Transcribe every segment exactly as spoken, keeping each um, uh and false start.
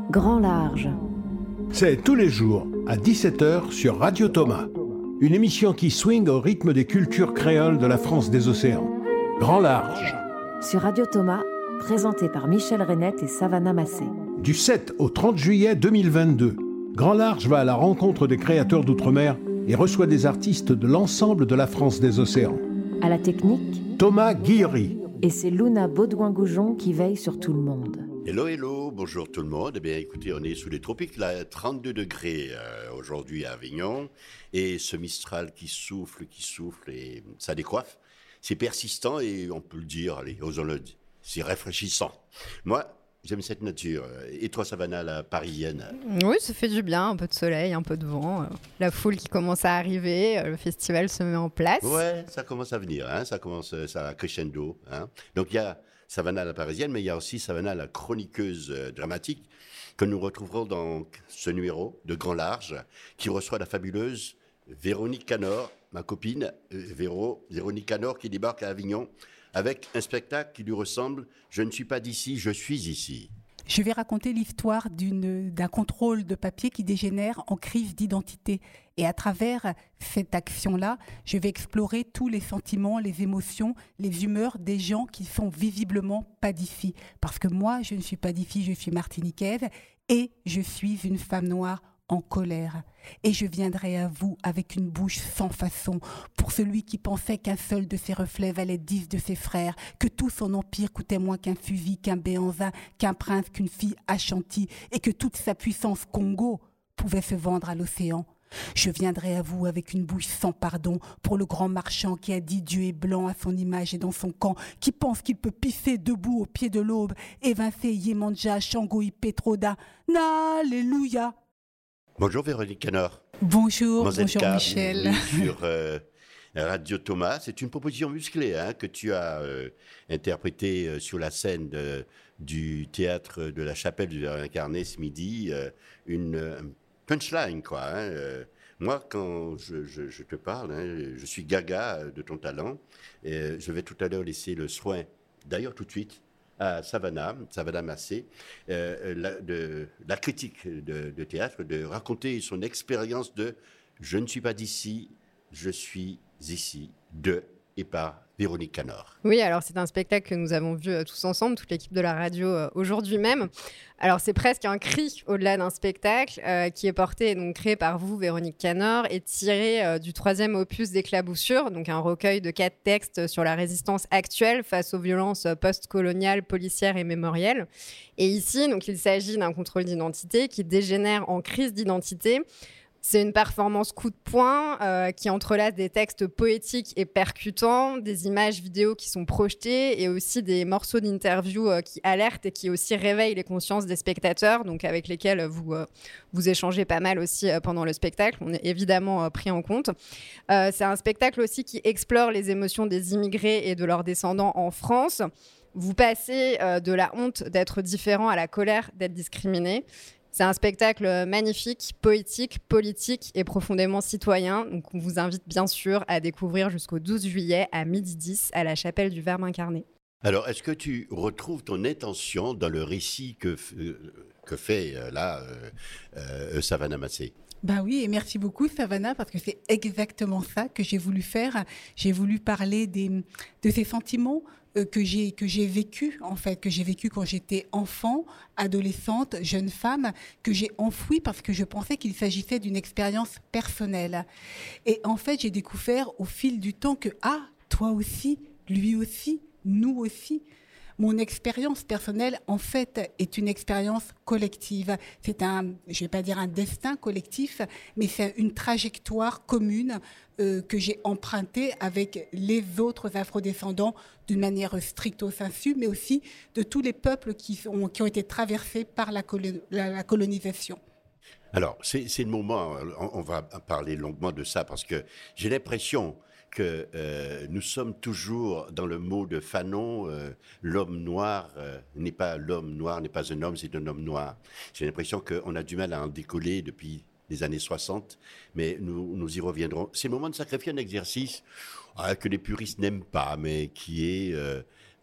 Grand Large. C'est tous les jours à dix-sept heures sur Radio Thomas. Une émission qui swing au rythme des cultures créoles de la France des océans. Grand Large. Sur Radio Thomas, présenté par Michel Reynette et Savannah Massé. Du sept au trente juillet deux mille vingt-deux, Grand Large va à la rencontre des créateurs d'outre-mer et reçoit des artistes de l'ensemble de la France des océans. À la technique, Thomas Guillery. Et c'est Luna Baudouin-Goujon qui veille sur tout le monde. Hello, hello, bonjour tout le monde. Eh bien, écoutez, on est sous les tropiques, là, trente-deux degrés euh, aujourd'hui à Avignon. Et ce Mistral qui souffle, qui souffle, et ça décoiffe. C'est persistant et on peut le dire, allez, osons-le dire, c'est rafraîchissant. Moi, j'aime cette nature. Et toi, Savannah, la parisienne? Oui, ça fait du bien, un peu de soleil, un peu de vent. La foule qui commence à arriver, le festival se met en place. Ouais, ça commence à venir, hein, ça commence, ça crescendo. Hein. Donc, il y a Savannah, la parisienne, mais il y a aussi Savannah, la chroniqueuse euh, dramatique, que nous retrouverons dans ce numéro de Grand Large, qui reçoit la fabuleuse Véronique Canor, ma copine euh, Véro, Véronique Canor, qui débarque à Avignon avec un spectacle qui lui ressemble « Je ne suis pas d'ici, je suis ici ». Je vais raconter l'histoire d'une, d'un contrôle de papier qui dégénère en crise d'identité. Et à travers cette action-là, je vais explorer tous les sentiments, les émotions, les humeurs des gens qui sont visiblement pas d'ici. Parce que moi, je ne suis pas d'ici, je suis martiniquaise et je suis une femme noire en colère. Et je viendrai à vous avec une bouche sans façon pour celui qui pensait qu'un seul de ses reflets valait dix de ses frères, que tout son empire coûtait moins qu'un fusil, qu'un béanzin, qu'un prince, qu'une fille Ashanti, et que toute sa puissance Congo pouvait se vendre à l'océan. Je viendrai à vous avec une bouche sans pardon pour le grand marchand qui a dit Dieu est blanc à son image et dans son camp, qui pense qu'il peut pisser debout au pied de l'aube, évincer Yemanja, Shangoï, Petroda. Alléluia. Bonjour Véronique Canor. Bonjour, Manzelka, bonjour Michel. Sur euh, Radio Thomas, c'est une proposition musclée hein, que tu as euh, interprétée euh, sur la scène de, du théâtre de la Chapelle du Verre incarné ce midi, euh, une euh, punchline quoi. Hein, euh, moi, quand je, je, je te parle, hein, je suis gaga de ton talent. Et je vais tout à l'heure laisser le soin, d'ailleurs tout de suite, à Savannah, Savannah Massé, euh, la, de, la critique de, de théâtre, de raconter son expérience de « Je ne suis pas d'ici, je suis ici » de et par Véronique Canor. Oui, alors c'est un spectacle que nous avons vu euh, tous ensemble, toute l'équipe de la radio euh, aujourd'hui même. Alors c'est presque un cri au-delà d'un spectacle euh, qui est porté et donc créé par vous, Véronique Canor, et tiré euh, du troisième opus d'Éclaboussure, donc un recueil de quatre textes sur la résistance actuelle face aux violences post-coloniales, policières et mémorielles. Et ici, donc, il s'agit d'un contrôle d'identité qui dégénère en crise d'identité. C'est une performance coup de poing euh, qui entrelace des textes poétiques et percutants, des images vidéo qui sont projetées et aussi des morceaux d'interview euh, qui alertent et qui aussi réveillent les consciences des spectateurs, donc avec lesquels vous, euh, vous échangez pas mal aussi euh, pendant le spectacle. On est évidemment euh, pris en compte. Euh, c'est un spectacle aussi qui explore les émotions des immigrés et de leurs descendants en France. Vous passez euh, de la honte d'être différent à la colère d'être discriminé. C'est un spectacle magnifique, poétique, politique et profondément citoyen. Donc on vous invite bien sûr à découvrir jusqu'au douze juillet à midi dix à la Chapelle du Verbe incarné. Alors, est-ce que tu retrouves ton intention dans le récit que, euh, que fait euh, là euh, euh, Savannah Massé ? Ben oui, et merci beaucoup Savannah, parce que c'est exactement ça que j'ai voulu faire. J'ai voulu parler des, de ces sentiments euh, que j'ai, que j'ai vécu, en fait, que j'ai vécu quand j'étais enfant, adolescente, jeune femme, que j'ai enfoui parce que je pensais qu'il s'agissait d'une expérience personnelle. Et en fait, j'ai découvert au fil du temps que, ah, toi aussi, lui aussi, nous aussi, mon expérience personnelle, en fait, est une expérience collective. C'est un, je vais pas dire un destin collectif, mais c'est une trajectoire commune euh, que j'ai empruntée avec les autres afrodescendants d'une manière stricto sensu, mais aussi de tous les peuples qui ont, qui ont été traversés par la, colo- la, la colonisation. Alors, c'est, c'est le moment, on, on va parler longuement de ça, parce que j'ai l'impression que euh, nous sommes toujours dans le mot de Fanon, euh, l'homme noir euh, n'est pas l'homme noir, n'est pas un homme, c'est un homme noir. J'ai l'impression qu'on a du mal à en décoller depuis les années soixante, mais nous, nous y reviendrons. C'est le moment de sacrifier un exercice ah, que les puristes n'aiment pas, mais qui est euh,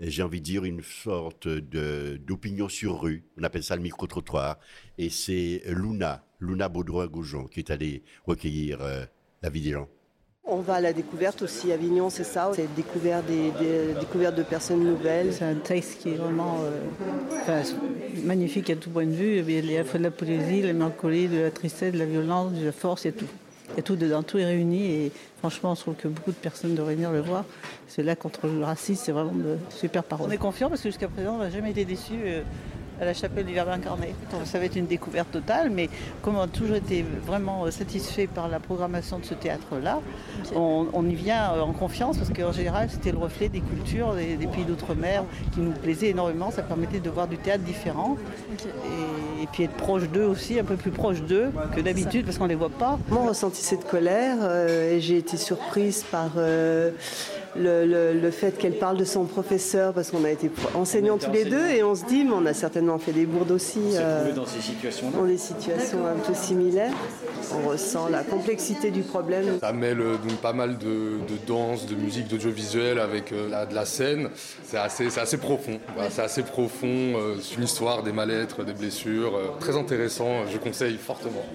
j'ai envie de dire, une sorte de, d'opinion sur rue. On appelle ça le micro-trottoir. Et c'est Luna, Luna Baudroy-Goujon, qui est allée recueillir euh, la vie des gens. On va à la découverte aussi. Avignon, c'est ça. C'est découvert des, des découvertes de personnes nouvelles. C'est un texte qui est vraiment euh, enfin, magnifique à tout point de vue. Il y a à la fois de la poésie, de la mélancolie, de la tristesse, de la violence, de la force, il y a tout. Il y a tout dedans, tout est réuni. Et franchement, je trouve que beaucoup de personnes devraient venir le voir. C'est là contre le racisme, c'est vraiment de super paroles. On est confiants parce que jusqu'à présent, on n'a jamais été déçus. Euh, à la chapelle du Verbe incarné. Ça va être une découverte totale, mais comme on a toujours été vraiment satisfait par la programmation de ce théâtre-là, on, on y vient en confiance parce qu'en général, c'était le reflet des cultures des, des pays d'outre-mer qui nous plaisaient énormément. Ça permettait de voir du théâtre différent et, et puis être proche d'eux aussi, un peu plus proche d'eux que d'habitude parce qu'on ne les voit pas. Moi, on ressentit cette colère euh, et j'ai été surprise par... Euh, Le, le, le fait qu'elle parle de son professeur, parce qu'on a été enseignants tous les deux, et on se dit, mais on a certainement fait des bourdes aussi. On s'est euh, trouvé dans ces situations-là. Dans des situations un peu similaires. On ressent la complexité du problème. Ça mêle donc pas mal de, de danse, de musique, d'audiovisuel avec euh, la, de la scène. C'est assez, c'est assez profond. Voilà, c'est assez profond. Euh, c'est une histoire, des mal-être, des blessures. Euh, très intéressant. Je conseille fortement.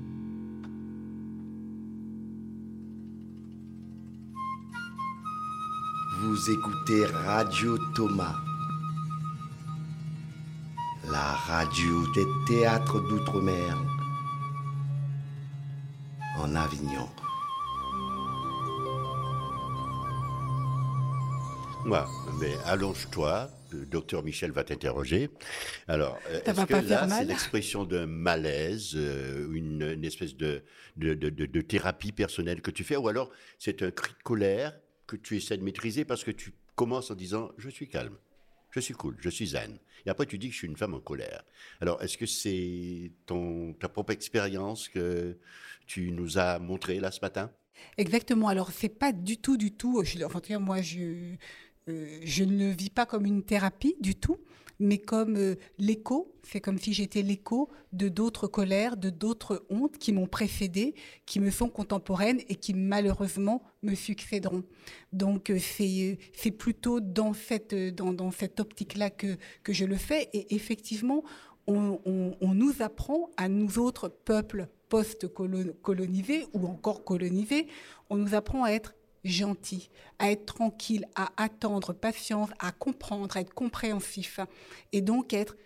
Vous écoutez Radio Thomas, la radio des théâtres d'outre-mer en Avignon. Voilà, mais allonge-toi, le docteur Michel va t'interroger. Alors, Ça est-ce va que pas là, faire c'est mal. l'expression d'un malaise, euh, une, une espèce de, de, de, de, de thérapie personnelle que tu fais, ou alors c'est un cri de colère que tu essaies de maîtriser parce que tu commences en disant « je suis calme, je suis cool, je suis zen ». Et après tu dis que je suis une femme en colère. Alors, est-ce que c'est ton, ta propre expérience que tu nous as montrée là ce matin ? Exactement. Alors, c'est pas du tout, du tout. Je, enfin, en tout cas, moi, je, euh, je ne le vis pas comme une thérapie du tout, mais comme euh, l'écho. C'est comme si j'étais l'écho de d'autres colères, de d'autres hontes qui m'ont précédée, qui me sont contemporaines et qui malheureusement me succéderont. Donc, euh, c'est, c'est plutôt dans cette, dans, dans cette optique-là que, que je le fais. Et effectivement, on, on, on nous apprend à nous autres peuples post-colonisés ou encore colonisés, on nous apprend à être gentils, à être tranquilles, à attendre, patience, à comprendre, à être compréhensif et donc être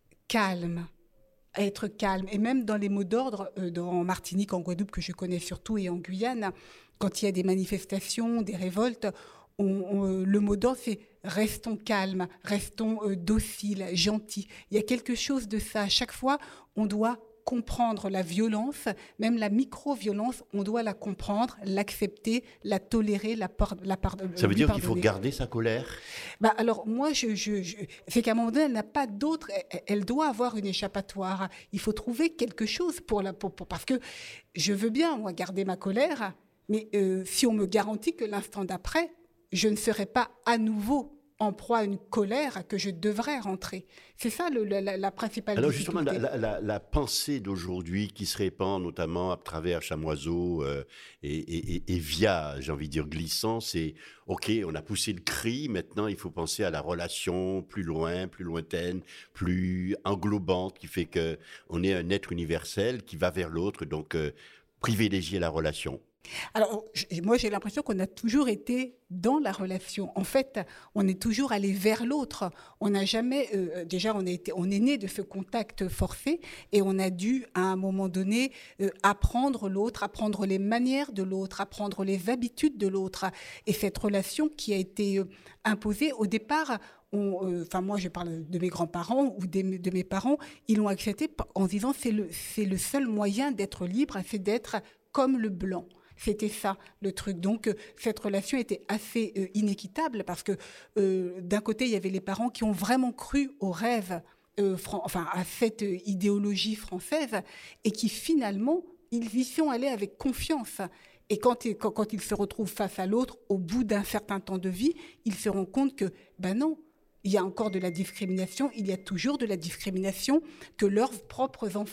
calme, à être calme. Et même dans les mots d'ordre, euh, en Martinique, en Guadeloupe, que je connais surtout, et en Guyane, quand il y a des manifestations, des révoltes, on, on, le mot d'ordre, c'est « restons calmes, restons euh, dociles, gentils ». Il y a quelque chose de ça. À chaque fois, on doit comprendre la violence, même la micro-violence, on doit la comprendre, l'accepter, la tolérer, la, par, la pardonner. Ça veut dire qu'il faut garder sa colère ? Bah alors moi, je, je, je, c'est qu'à un moment donné, elle n'a pas d'autre, elle, elle doit avoir une échappatoire. Il faut trouver quelque chose pour la... Pour, pour, parce que je veux bien, moi, garder ma colère, mais euh, si on me garantit que l'instant d'après, je ne serai pas à nouveau en proie à une colère que je devrais rentrer. C'est ça le, la, la principale Alors difficulté. justement, la, la, la pensée d'aujourd'hui qui se répand notamment à travers Chamoiseau euh, et, et, et via, j'ai envie de dire, glissant, c'est « ok, on a poussé le cri, maintenant il faut penser à la relation plus loin, plus lointaine, plus englobante, qui fait qu'on est un être universel qui va vers l'autre, donc euh, privilégier la relation ». Alors, moi, j'ai l'impression qu'on a toujours été dans la relation. En fait, on est toujours allé vers l'autre. On n'a jamais... Euh, déjà, on, a été, on est né de ce contact forcé et on a dû, à un moment donné, euh, apprendre l'autre, apprendre les manières de l'autre, apprendre les habitudes de l'autre. Et cette relation qui a été euh, imposée, au départ... Enfin, euh, moi, je parle de mes grands-parents ou des, de mes parents, ils l'ont accepté en disant c'est le, c'est le seul moyen d'être libre, c'est d'être comme le blanc. C'était ça, le truc. Donc, euh, cette relation était assez euh, inéquitable parce que, euh, d'un côté, il y avait les parents qui ont vraiment cru au rêve, euh, fran- enfin, à cette euh, idéologie française et qui, finalement, ils y sont allés avec confiance. Et quand, quand, quand ils se retrouvent face à l'autre, au bout d'un certain temps de vie, ils se rendent compte que, ben non, il y a encore de la discrimination, il y a toujours de la discrimination, que leurs propres enfants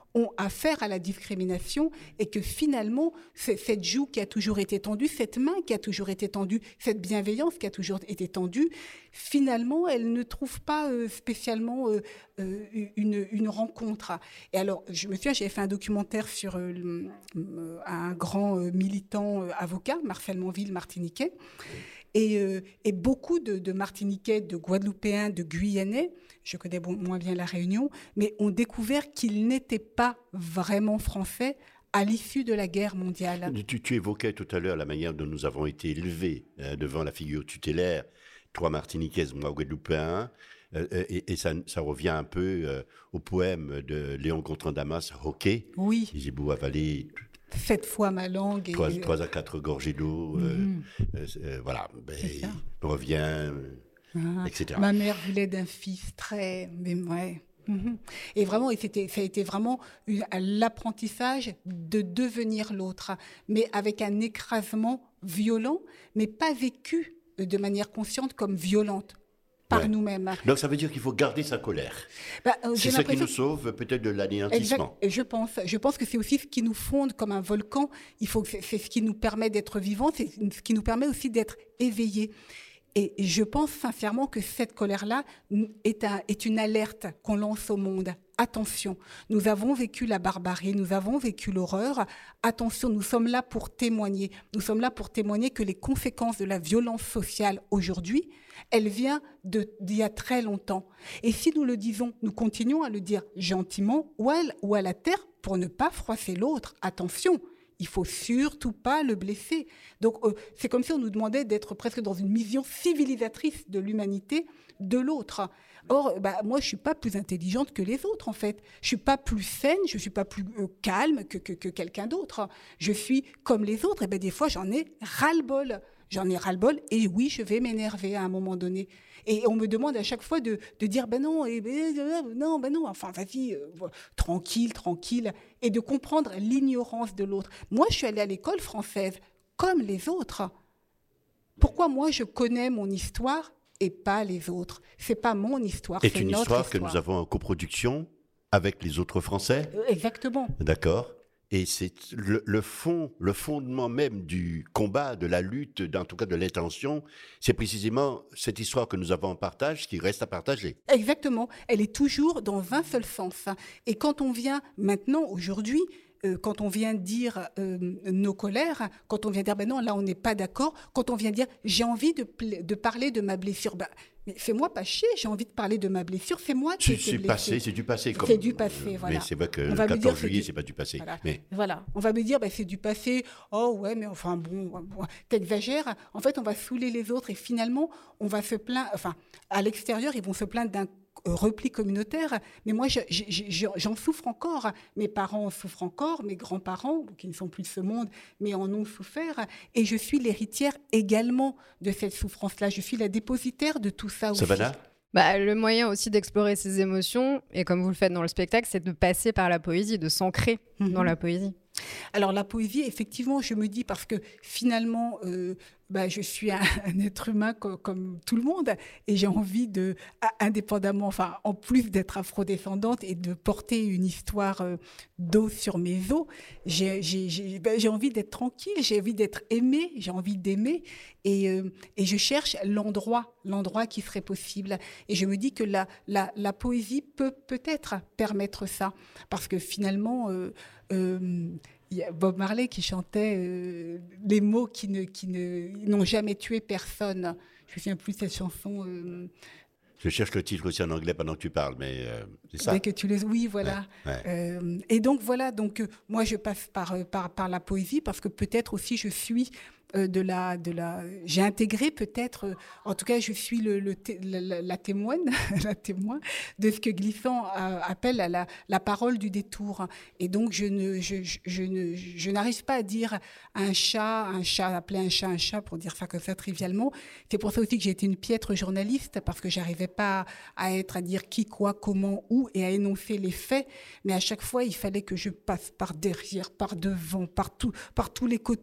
ont affaire à la discrimination et que finalement, cette joue qui a toujours été tendue, cette main qui a toujours été tendue, cette bienveillance qui a toujours été tendue, finalement, elle ne trouve pas euh, spécialement euh, euh, une, une rencontre. Et alors, je me souviens, j'avais fait un documentaire sur euh, euh, un grand euh, militant euh, avocat, Marcel Monville, martiniquais, et, euh, et beaucoup de, de Martiniquais, de Guadeloupéens, de Guyanais, je connais bon, moins bien la Réunion, mais ont découvert qu'ils n'étaient pas vraiment français à l'issue de la guerre mondiale. Tu, tu évoquais tout à l'heure la manière dont nous avons été élevés euh, devant la figure tutélaire, trois Martiniquaises, moi Guadeloupéen, euh, et, et ça, ça revient un peu euh, au poème de Léon Gontran-Damas, Hockey. Oui. J'ai beau avaler sept fois ma langue. Et... Trois, trois à quatre gorgées d'eau, mm-hmm. euh, euh, voilà, ben, il revient, euh, ah, et cetera. Ma mère voulait d'un fils très... Mais ouais. Mm-hmm. Et vraiment, et c'était, ça a été vraiment une, l'apprentissage de devenir l'autre, mais avec un écrasement violent, mais pas vécu de manière consciente comme violente. Par ouais. nous-mêmes. Donc ça veut dire qu'il faut garder sa colère. Bah, euh, c'est ce qui nous sauve peut-être de l'anéantissement. Exact. Je pense, je pense que c'est aussi ce qui nous fonde comme un volcan. Il faut, c'est, c'est ce qui nous permet d'être vivants, c'est ce qui nous permet aussi d'être éveillés. Et je pense sincèrement que cette colère-là est, un, est une alerte qu'on lance au monde. Attention, nous avons vécu la barbarie, nous avons vécu l'horreur. Attention, nous sommes là pour témoigner. Nous sommes là pour témoigner que les conséquences de la violence sociale aujourd'hui, elle vient de, d'il y a très longtemps. Et si nous le disons, nous continuons à le dire gentiment ou à, ou à la terre pour ne pas froisser l'autre. Attention, il ne faut surtout pas le blesser. Donc, euh, c'est comme si on nous demandait d'être presque dans une vision civilisatrice de l'humanité de l'autre. Or, bah, moi, je ne suis pas plus intelligente que les autres, en fait. Je ne suis pas plus saine, je ne suis pas plus euh, calme que, que, que quelqu'un d'autre. Je suis comme les autres. Et bien, des fois, j'en ai ras-le-bol. J'en ai ras-le-bol et oui, je vais m'énerver à un moment donné. Et on me demande à chaque fois de, de dire ben non, et ben, non, ben non, enfin vas-y, euh, tranquille, tranquille, et de comprendre l'ignorance de l'autre. Moi, je suis allée à l'école française comme les autres. Pourquoi moi, je connais mon histoire et pas les autres ? C'est pas mon histoire, c'est notre histoire. C'est une histoire que nous avons en coproduction avec les autres Français ? euh, Exactement. D'accord. Et c'est le, le fond, le fondement même du combat, de la lutte, en tout cas de l'intention, c'est précisément cette histoire que nous avons en partage qui reste à partager. Exactement. Elle est toujours dans un seul sens. Et quand on vient maintenant, aujourd'hui, euh, quand on vient dire euh, nos colères, quand on vient dire ben non, là on n'est pas d'accord, quand on vient dire j'ai envie de, pla- de parler de ma blessure, ben, mais fais-moi pas chier, j'ai envie de parler de ma blessure, c'est moi qui ai été blessée. Passé, c'est du passé. Comme... C'est du passé, voilà. Mais c'est vrai que le quatorze juillet, c'est pas du passé. Voilà. Mais... voilà. On va me dire, bah, c'est du passé. Oh ouais, mais enfin bon, bon, t'exagères. En fait, on va saouler les autres et finalement, on va se plaindre. Enfin, à l'extérieur, ils vont se plaindre d'un repli communautaire, mais moi je, je, je, j'en souffre encore, mes parents en souffrent encore, mes grands-parents, qui ne sont plus de ce monde, mais en ont souffert, et je suis l'héritière également de cette souffrance-là, je suis la dépositaire de tout ça aussi. Savannah ? Bah, le moyen aussi d'explorer ses émotions, et comme vous le faites dans le spectacle, c'est de passer par la poésie, de s'ancrer mmh. dans la poésie. Alors la poésie, effectivement, je me dis, parce que finalement, euh, bah, je suis un, un être humain co- comme tout le monde, et j'ai envie de, indépendamment, enfin, en plus d'être afrodescendante et de porter une histoire euh, d'eau sur mes os, j'ai, j'ai, j'ai, bah, j'ai envie d'être tranquille, j'ai envie d'être aimée, j'ai envie d'aimer, et, euh, et je cherche l'endroit, l'endroit qui serait possible. Et je me dis que la, la, la poésie peut peut-être permettre ça, parce que finalement, euh, euh, il y a Bob Marley qui chantait euh, les mots qui, ne, qui ne, n'ont jamais tué personne. Je me souviens plus de cette chanson. Euh, Je cherche le titre aussi en anglais pendant que tu parles, mais euh, c'est ça. Dès que tu les... Oui, voilà. Ouais, ouais. Euh, et donc, voilà, donc, euh, moi, je passe par, euh, par, par la poésie parce que peut-être aussi je suis... Euh, de la, de la, j'ai intégré peut-être, euh, en tout cas, je suis le, le té, la, la, témoine, la témoin de ce que Glissant a, appelle à la, la parole du détour. Et donc, je, ne, je, je, je, ne, je n'arrive pas à dire un chat, un chat, appeler un chat un chat pour dire ça comme ça trivialement. C'est pour ça aussi que j'ai été une piètre journaliste parce que j'arrivais pas à être, à dire qui, quoi, comment, où et à énoncer les faits. Mais à chaque fois, il fallait que je passe par derrière, par devant, par, tout, par tous les côtés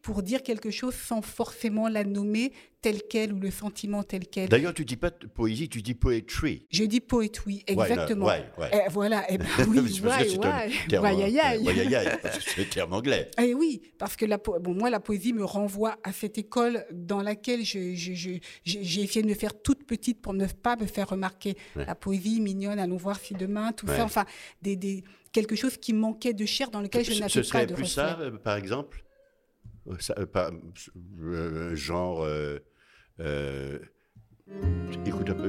pour dire quelque chose sans forcément la nommer telle qu'elle ou le sentiment tel quel. D'ailleurs, tu ne dis pas poésie, tu dis poetry. Je dis poetry, exactement. Ouais, ouais, ouais. Et voilà, et ben oui, ouais, ouais, ouais, c'est un terme anglais. Et oui, parce que la po- bon, moi, la poésie me renvoie à cette école dans laquelle je, je, je, je, j'ai essayé de me faire toute petite pour ne pas me faire remarquer. Ouais. La poésie mignonne, allons voir si demain, tout ouais. ça, enfin, des, des, quelque chose qui manquait de chair dans lequel je n'avais pas de reflet. Ce serait plus ça, euh, par exemple ça, euh, par, euh, genre... Euh, euh, écoute un peu.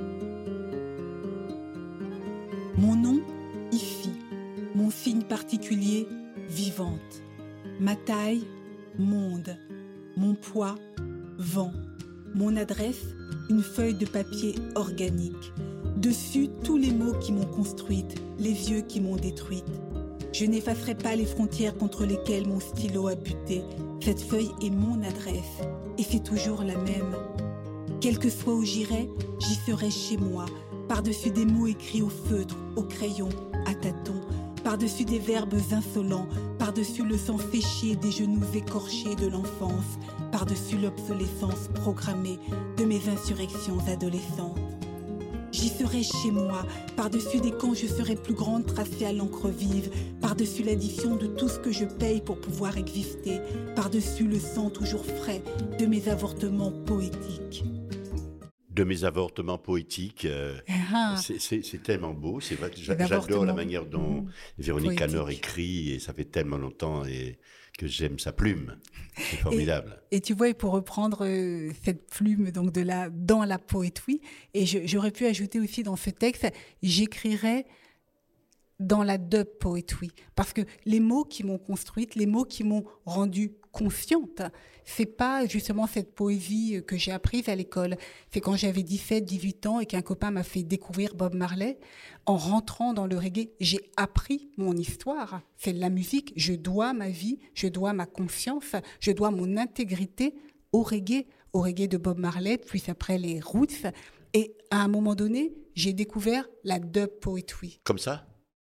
Mon nom, Ifi. Mon signe particulier, vivante. Ma taille, monde. Mon poids, vent. Mon adresse, une feuille de papier organique. Dessus, tous les mots qui m'ont construite, les yeux qui m'ont détruite. Je n'effacerai pas les frontières contre lesquelles mon stylo a buté. Cette feuille est mon adresse, et c'est toujours la même. Quel que soit où j'irai, j'y serai chez moi, par-dessus des mots écrits au feutre, au crayon, à tâtons, par-dessus des verbes insolents, par-dessus le sang séché des genoux écorchés de l'enfance, par-dessus l'obsolescence programmée de mes insurrections adolescentes. J'y serai chez moi, par-dessus des quand je serai plus grande tracée à l'encre vive, par-dessus l'addition de tout ce que je paye pour pouvoir exister, par-dessus le sang toujours frais de mes avortements poétiques. De mes avortements poétiques, euh, ah. c'est, c'est, c'est tellement beau, c'est vrai que j'a, j'adore la manière dont mmh. Véronique Canor écrit, et ça fait tellement longtemps et que j'aime sa plume, c'est formidable. Et, et tu vois, et pour reprendre euh, cette plume donc de la, dans la poétrie, et je, j'aurais pu ajouter aussi dans ce texte, j'écrirais dans la dub poetry, parce que les mots qui m'ont construite, les mots qui m'ont rendue consciente, c'est pas justement cette poésie que j'ai apprise à l'école. C'est quand j'avais dix-sept, dix-huit ans et qu'un copain m'a fait découvrir Bob Marley. En rentrant dans le reggae, j'ai appris mon histoire. C'est de la musique. Je dois ma vie, je dois ma conscience, je dois mon intégrité au reggae, au reggae de Bob Marley, puis après les Roots. Et à un moment donné, j'ai découvert la dub poetry. Comme ça ?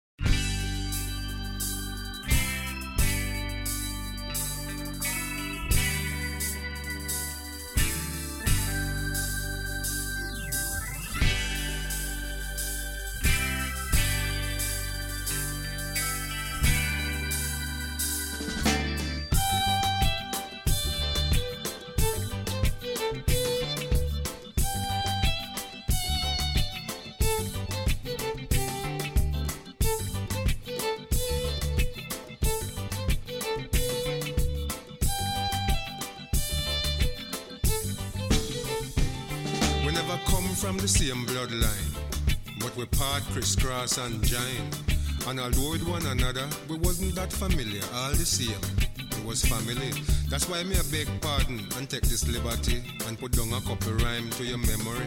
From the same bloodline, but we part, crisscross and join. And although with one another, we wasn't that familiar, all the same, it was family. That's why me a beg pardon and take this liberty and put down a couple rhyme to your memory.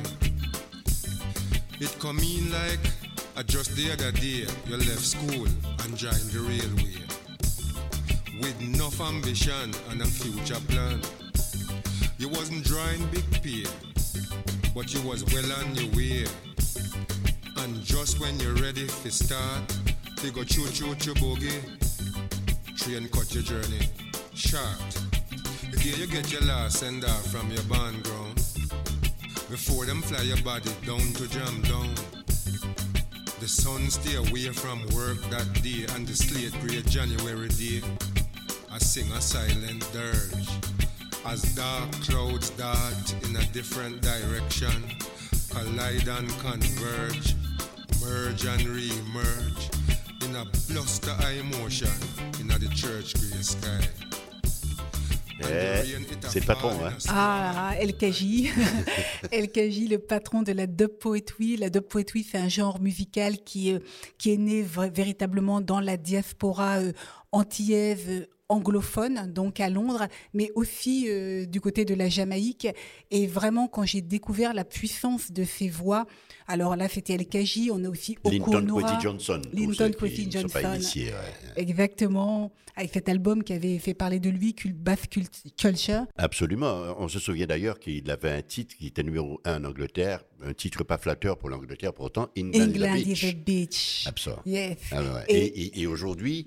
It come in like uh, just the other day, you left school and joined the railway. With enough ambition and a future plan, you wasn't drawing big pay, but you was well on your way. And just when you're ready to start, they go choo choo choo boogie. Train cut your journey short. The day you get your last send off from your band ground, before them fly your body down to jam down. The sun stay away from work that day, and the slate grey January day, I sing a silent dirge. As dark clouds dart in a different direction, collide and converge, merge and re-emerge, in a bluster of emotion, in a the church grey sky. Eh, c'est le patron, hein? Ah, El Kaji. El Kaji, le patron de la dub poetry. La dub poetry, c'est un genre musical qui, euh, qui est né v- véritablement dans la diaspora euh, antillaise, euh, anglophone, donc à Londres, mais aussi euh, du côté de la Jamaïque. Et vraiment, quand j'ai découvert la puissance de ces voix, alors là, c'était El Kaji, on a aussi Okonora. Linton Johnson. Linton Kwesi Johnson. Initiés, ouais. Exactement, avec cet album qui avait fait parler de lui, Bass Culture. Absolument. On se souvient d'ailleurs qu'il avait un titre qui était numéro un en Angleterre, un titre pas flatteur pour l'Angleterre, pourtant, England, England is a Beach. Is a Beach. Absolument. Yes. Ah ouais. Et, et, et, et aujourd'hui,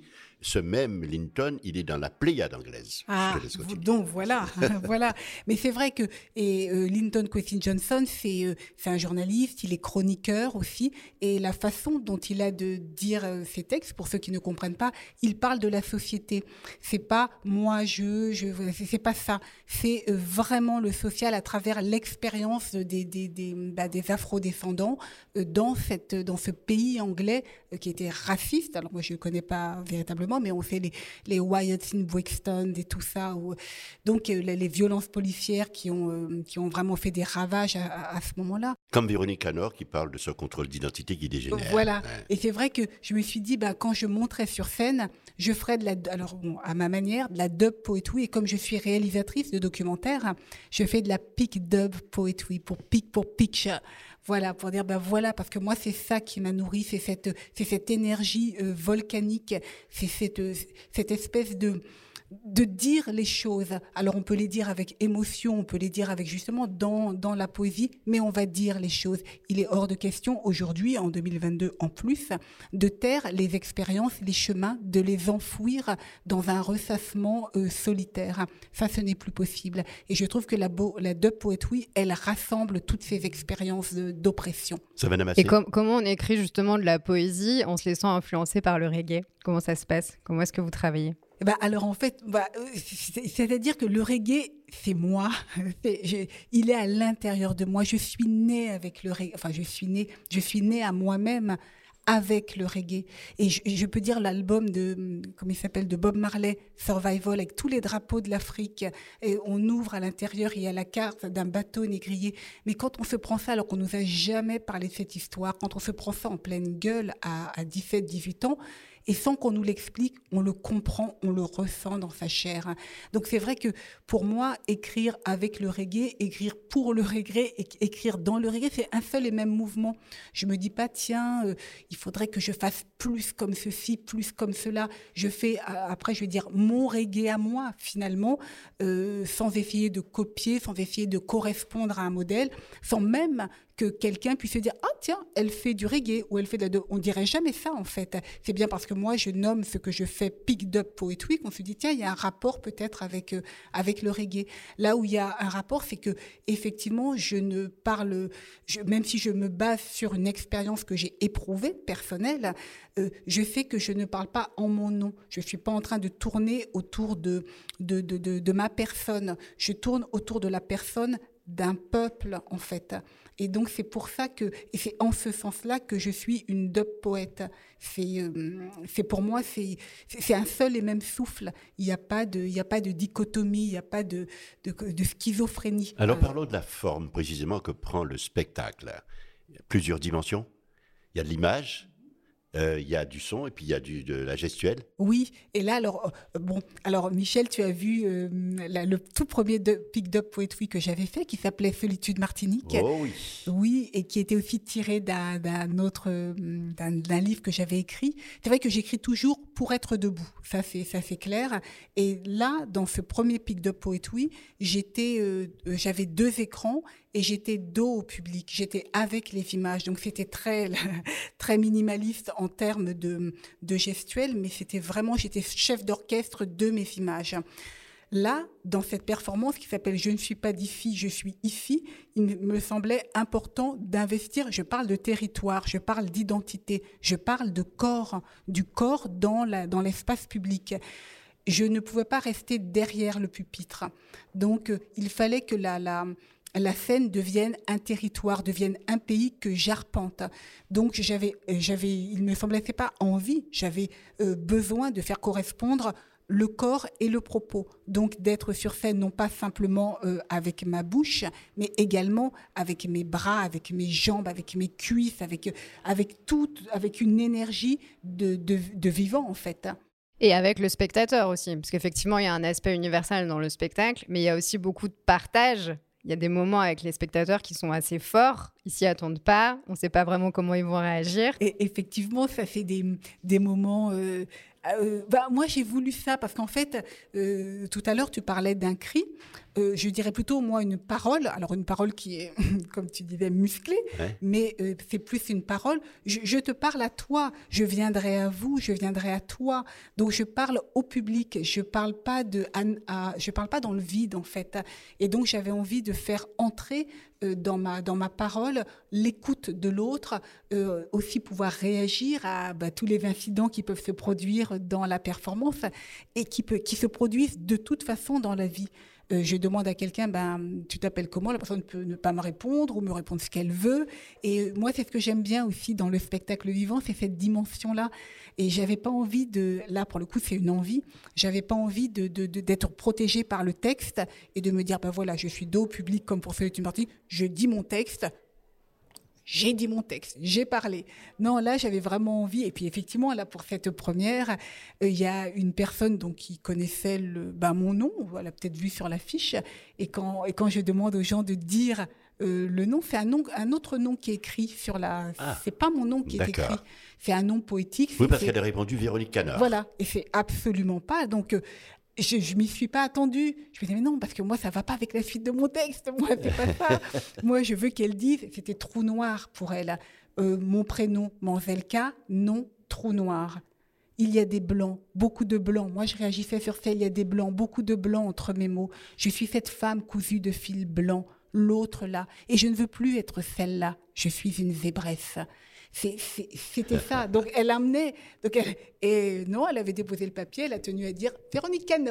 ce même Linton, il est dans la Pléiade anglaise. Ah, donc voilà, voilà. Mais c'est vrai que et, euh, Linton Kwesi Johnson, c'est, euh, c'est un journaliste, il est chroniqueur aussi, et la façon dont il a de dire euh, ses textes, pour ceux qui ne comprennent pas, il parle de la société. C'est pas moi, je, je c'est pas ça. C'est euh, vraiment le social à travers l'expérience des, des, des, bah, des afro-descendants euh, dans, cette, dans ce pays anglais euh, qui était raciste. Alors moi, je ne connais pas véritablement, mais on fait les, les Wyatt in Brixton et tout ça. Où, donc, euh, les, les violences policières qui ont, euh, qui ont vraiment fait des ravages à, à, à ce moment-là. Comme Véronique Canor qui parle de ce contrôle d'identité qui dégénère. Voilà. Ouais. Et c'est vrai que je me suis dit, bah, quand je monterai sur scène, je ferai de la, alors bon, à ma manière, de la dub poetry. Et comme je suis réalisatrice de documentaires, je fais de la pic dub poetry, pour pic pour picture. Voilà, pour dire, ben voilà, parce que moi, c'est ça qui m'a nourri, c'est cette, c'est cette énergie euh, volcanique, c'est cette, cette espèce de, de dire les choses. Alors, on peut les dire avec émotion, on peut les dire avec justement dans, dans la poésie, mais on va dire les choses. Il est hors de question aujourd'hui, en deux mille vingt-deux en plus, de taire les expériences, les chemins, de les enfouir dans un ressassement euh, solitaire. Ça, ce n'est plus possible. Et je trouve que la, bo- la dub poetry, elle rassemble toutes ces expériences de, d'oppression. Savannah Massé. Et com- comment on écrit justement de la poésie en se laissant influencer par le reggae ? Comment ça se passe ? Comment est-ce que vous travaillez ? Bah, alors en fait, bah, c'est, c'est-à-dire que le reggae, c'est moi. C'est, je, il est à l'intérieur de moi. Je suis née avec le reggae. Enfin, je suis née, je suis née à moi-même avec le reggae. Et je, je peux dire l'album de, comment il s'appelle, de Bob Marley, Survival, avec tous les drapeaux de l'Afrique. Et on ouvre à l'intérieur, il y a la carte d'un bateau négrier. Mais quand on se prend ça, alors qu'on nous a jamais parlé de cette histoire, quand on se prend ça en pleine gueule à, à dix-sept, dix-huit ans, et sans qu'on nous l'explique, on le comprend, on le ressent dans sa chair. Donc c'est vrai que pour moi, écrire avec le reggae, écrire pour le reggae, écrire dans le reggae, c'est un seul et même mouvement. Je me dis pas, tiens, euh, il faudrait que je fasse plus comme ceci, plus comme cela. Je fais, après, je vais dire, mon reggae à moi, finalement, euh, sans essayer de copier, sans essayer de correspondre à un modèle, sans même que quelqu'un puisse se dire « Ah tiens, elle fait du reggae » ou « elle fait de la... » On ne dirait jamais ça, en fait. C'est bien parce que moi, je nomme ce que je fais « picked up poetry » qu'on se dit « Tiens, il y a un rapport peut-être avec, euh, avec le reggae. » Là où il y a un rapport, c'est que effectivement, je ne parle... Je, même si je me base sur une expérience que j'ai éprouvée, personnelle, euh, je sais que je ne parle pas en mon nom. Je ne suis pas en train de tourner autour de, de, de, de, de ma personne. Je tourne autour de la personne d'un peuple, en fait. Et donc, c'est pour ça que, et c'est en ce sens-là que je suis une dub poète. C'est, euh, c'est pour moi, c'est, c'est un seul et même souffle. Il n'y a pas de, il n'y a pas de dichotomie, il n'y a pas de, de, de schizophrénie. Alors, parlons de la forme, précisément, que prend le spectacle. Il y a plusieurs dimensions. Il y a de l'image, euh, il y a du son, et puis il y a du, de la gestuelle. Oui, et là, alors, euh, bon, alors Michel, tu as vu euh, la, le tout premier de Picked Up Poetry que j'avais fait, qui s'appelait Solitude Martinique. Oh oui. Oui, et qui était aussi tiré d'un, d'un autre, d'un, d'un livre que j'avais écrit. C'est vrai que j'écris toujours pour être debout, ça c'est, ça c'est clair. Et là, dans ce premier Picked Up Poetry, j'étais, euh, j'avais deux écrans et j'étais dos au public, j'étais avec les images. Donc c'était très, très minimaliste en termes de, de gestuelle, mais c'était vraiment, j'étais chef d'orchestre de mes images. Là, dans cette performance qui s'appelle « Je ne suis pas d'ici, je suis ici », il me semblait important d'investir, je parle de territoire, je parle d'identité, je parle de corps, du corps dans, la, dans l'espace public. Je ne pouvais pas rester derrière le pupitre. Donc, euh, il fallait que la... la la scène devienne un territoire, devienne un pays que j'arpente. Donc, j'avais, j'avais, il ne me semblait pas envie, j'avais euh, besoin de faire correspondre le corps et le propos. Donc, d'être sur scène, non pas simplement euh, avec ma bouche, mais également avec mes bras, avec mes jambes, avec mes cuisses, avec, avec, tout, avec une énergie de, de, de vivant, en fait. Et avec le spectateur aussi, parce qu'effectivement, il y a un aspect universel dans le spectacle, mais il y a aussi beaucoup de partage. Il y a des moments avec les spectateurs qui sont assez forts, ils s'y attendent pas, on ne sait pas vraiment comment ils vont réagir. Et effectivement, ça fait des, des moments... Euh, euh, bah, moi, j'ai voulu ça parce qu'en fait, euh, tout à l'heure, tu parlais d'un cri. euh, je dirais plutôt, moi, une parole. Alors, une parole qui est, comme tu disais, musclée, ouais. mais euh, c'est plus une parole. Je, je te parle à toi, je viendrai à vous, je viendrai à toi. Donc, je parle au public, je parle pas de, à, à, je parle pas dans le vide, en fait. Et donc, j'avais envie de faire entrer euh, dans ma, dans ma parole l'écoute de l'autre, euh, aussi pouvoir réagir à bah, tous les incidents qui peuvent se produire dans la performance et qui, peut, qui se produisent de toute façon dans la vie. Euh, je demande à quelqu'un, ben, tu t'appelles comment ? La personne peut ne pas me répondre ou me répondre ce qu'elle veut. Et moi, c'est ce que j'aime bien aussi dans le spectacle vivant, c'est cette dimension-là. Et j'avais pas envie de, là pour le coup, c'est une envie, j'avais pas envie de, de, de, d'être protégée par le texte et de me dire, ben voilà, je suis dos au public comme pour faire une partie, je dis mon texte. J'ai dit mon texte, j'ai parlé. Non, là, j'avais vraiment envie. Et puis, effectivement, là, pour cette première, il euh, y a une personne donc, qui connaissait le, ben, mon nom, on l'a peut-être vu sur l'affiche. Et quand, et quand je demande aux gens de dire euh, le nom, c'est un, nom, un autre nom qui est écrit sur la... Ah, c'est pas mon nom qui est écrit, c'est un nom poétique. Oui, parce qu'elle a répondu Véronique Canard. Voilà, et c'est absolument pas. Donc... Euh, Je ne m'y suis pas attendue. Je me disais, mais non, parce que moi, ça ne va pas avec la suite de mon texte. Moi, c'est pas ça. Moi, je veux qu'elle dise, c'était trou noir pour elle. Euh, mon prénom, Manzelka, non, trou noir. Il y a des blancs, beaucoup de blancs. Moi, je réagissais sur ça, il y a des blancs, beaucoup de blancs entre mes mots. Je suis cette femme cousue de fil blanc, l'autre là. Et je ne veux plus être celle-là. Je suis une zébresse. C'est, c'est, c'était ça. Donc, elle amenait... Donc elle, et non, elle avait déposé le papier, elle a tenu à dire « Véronique Canard ».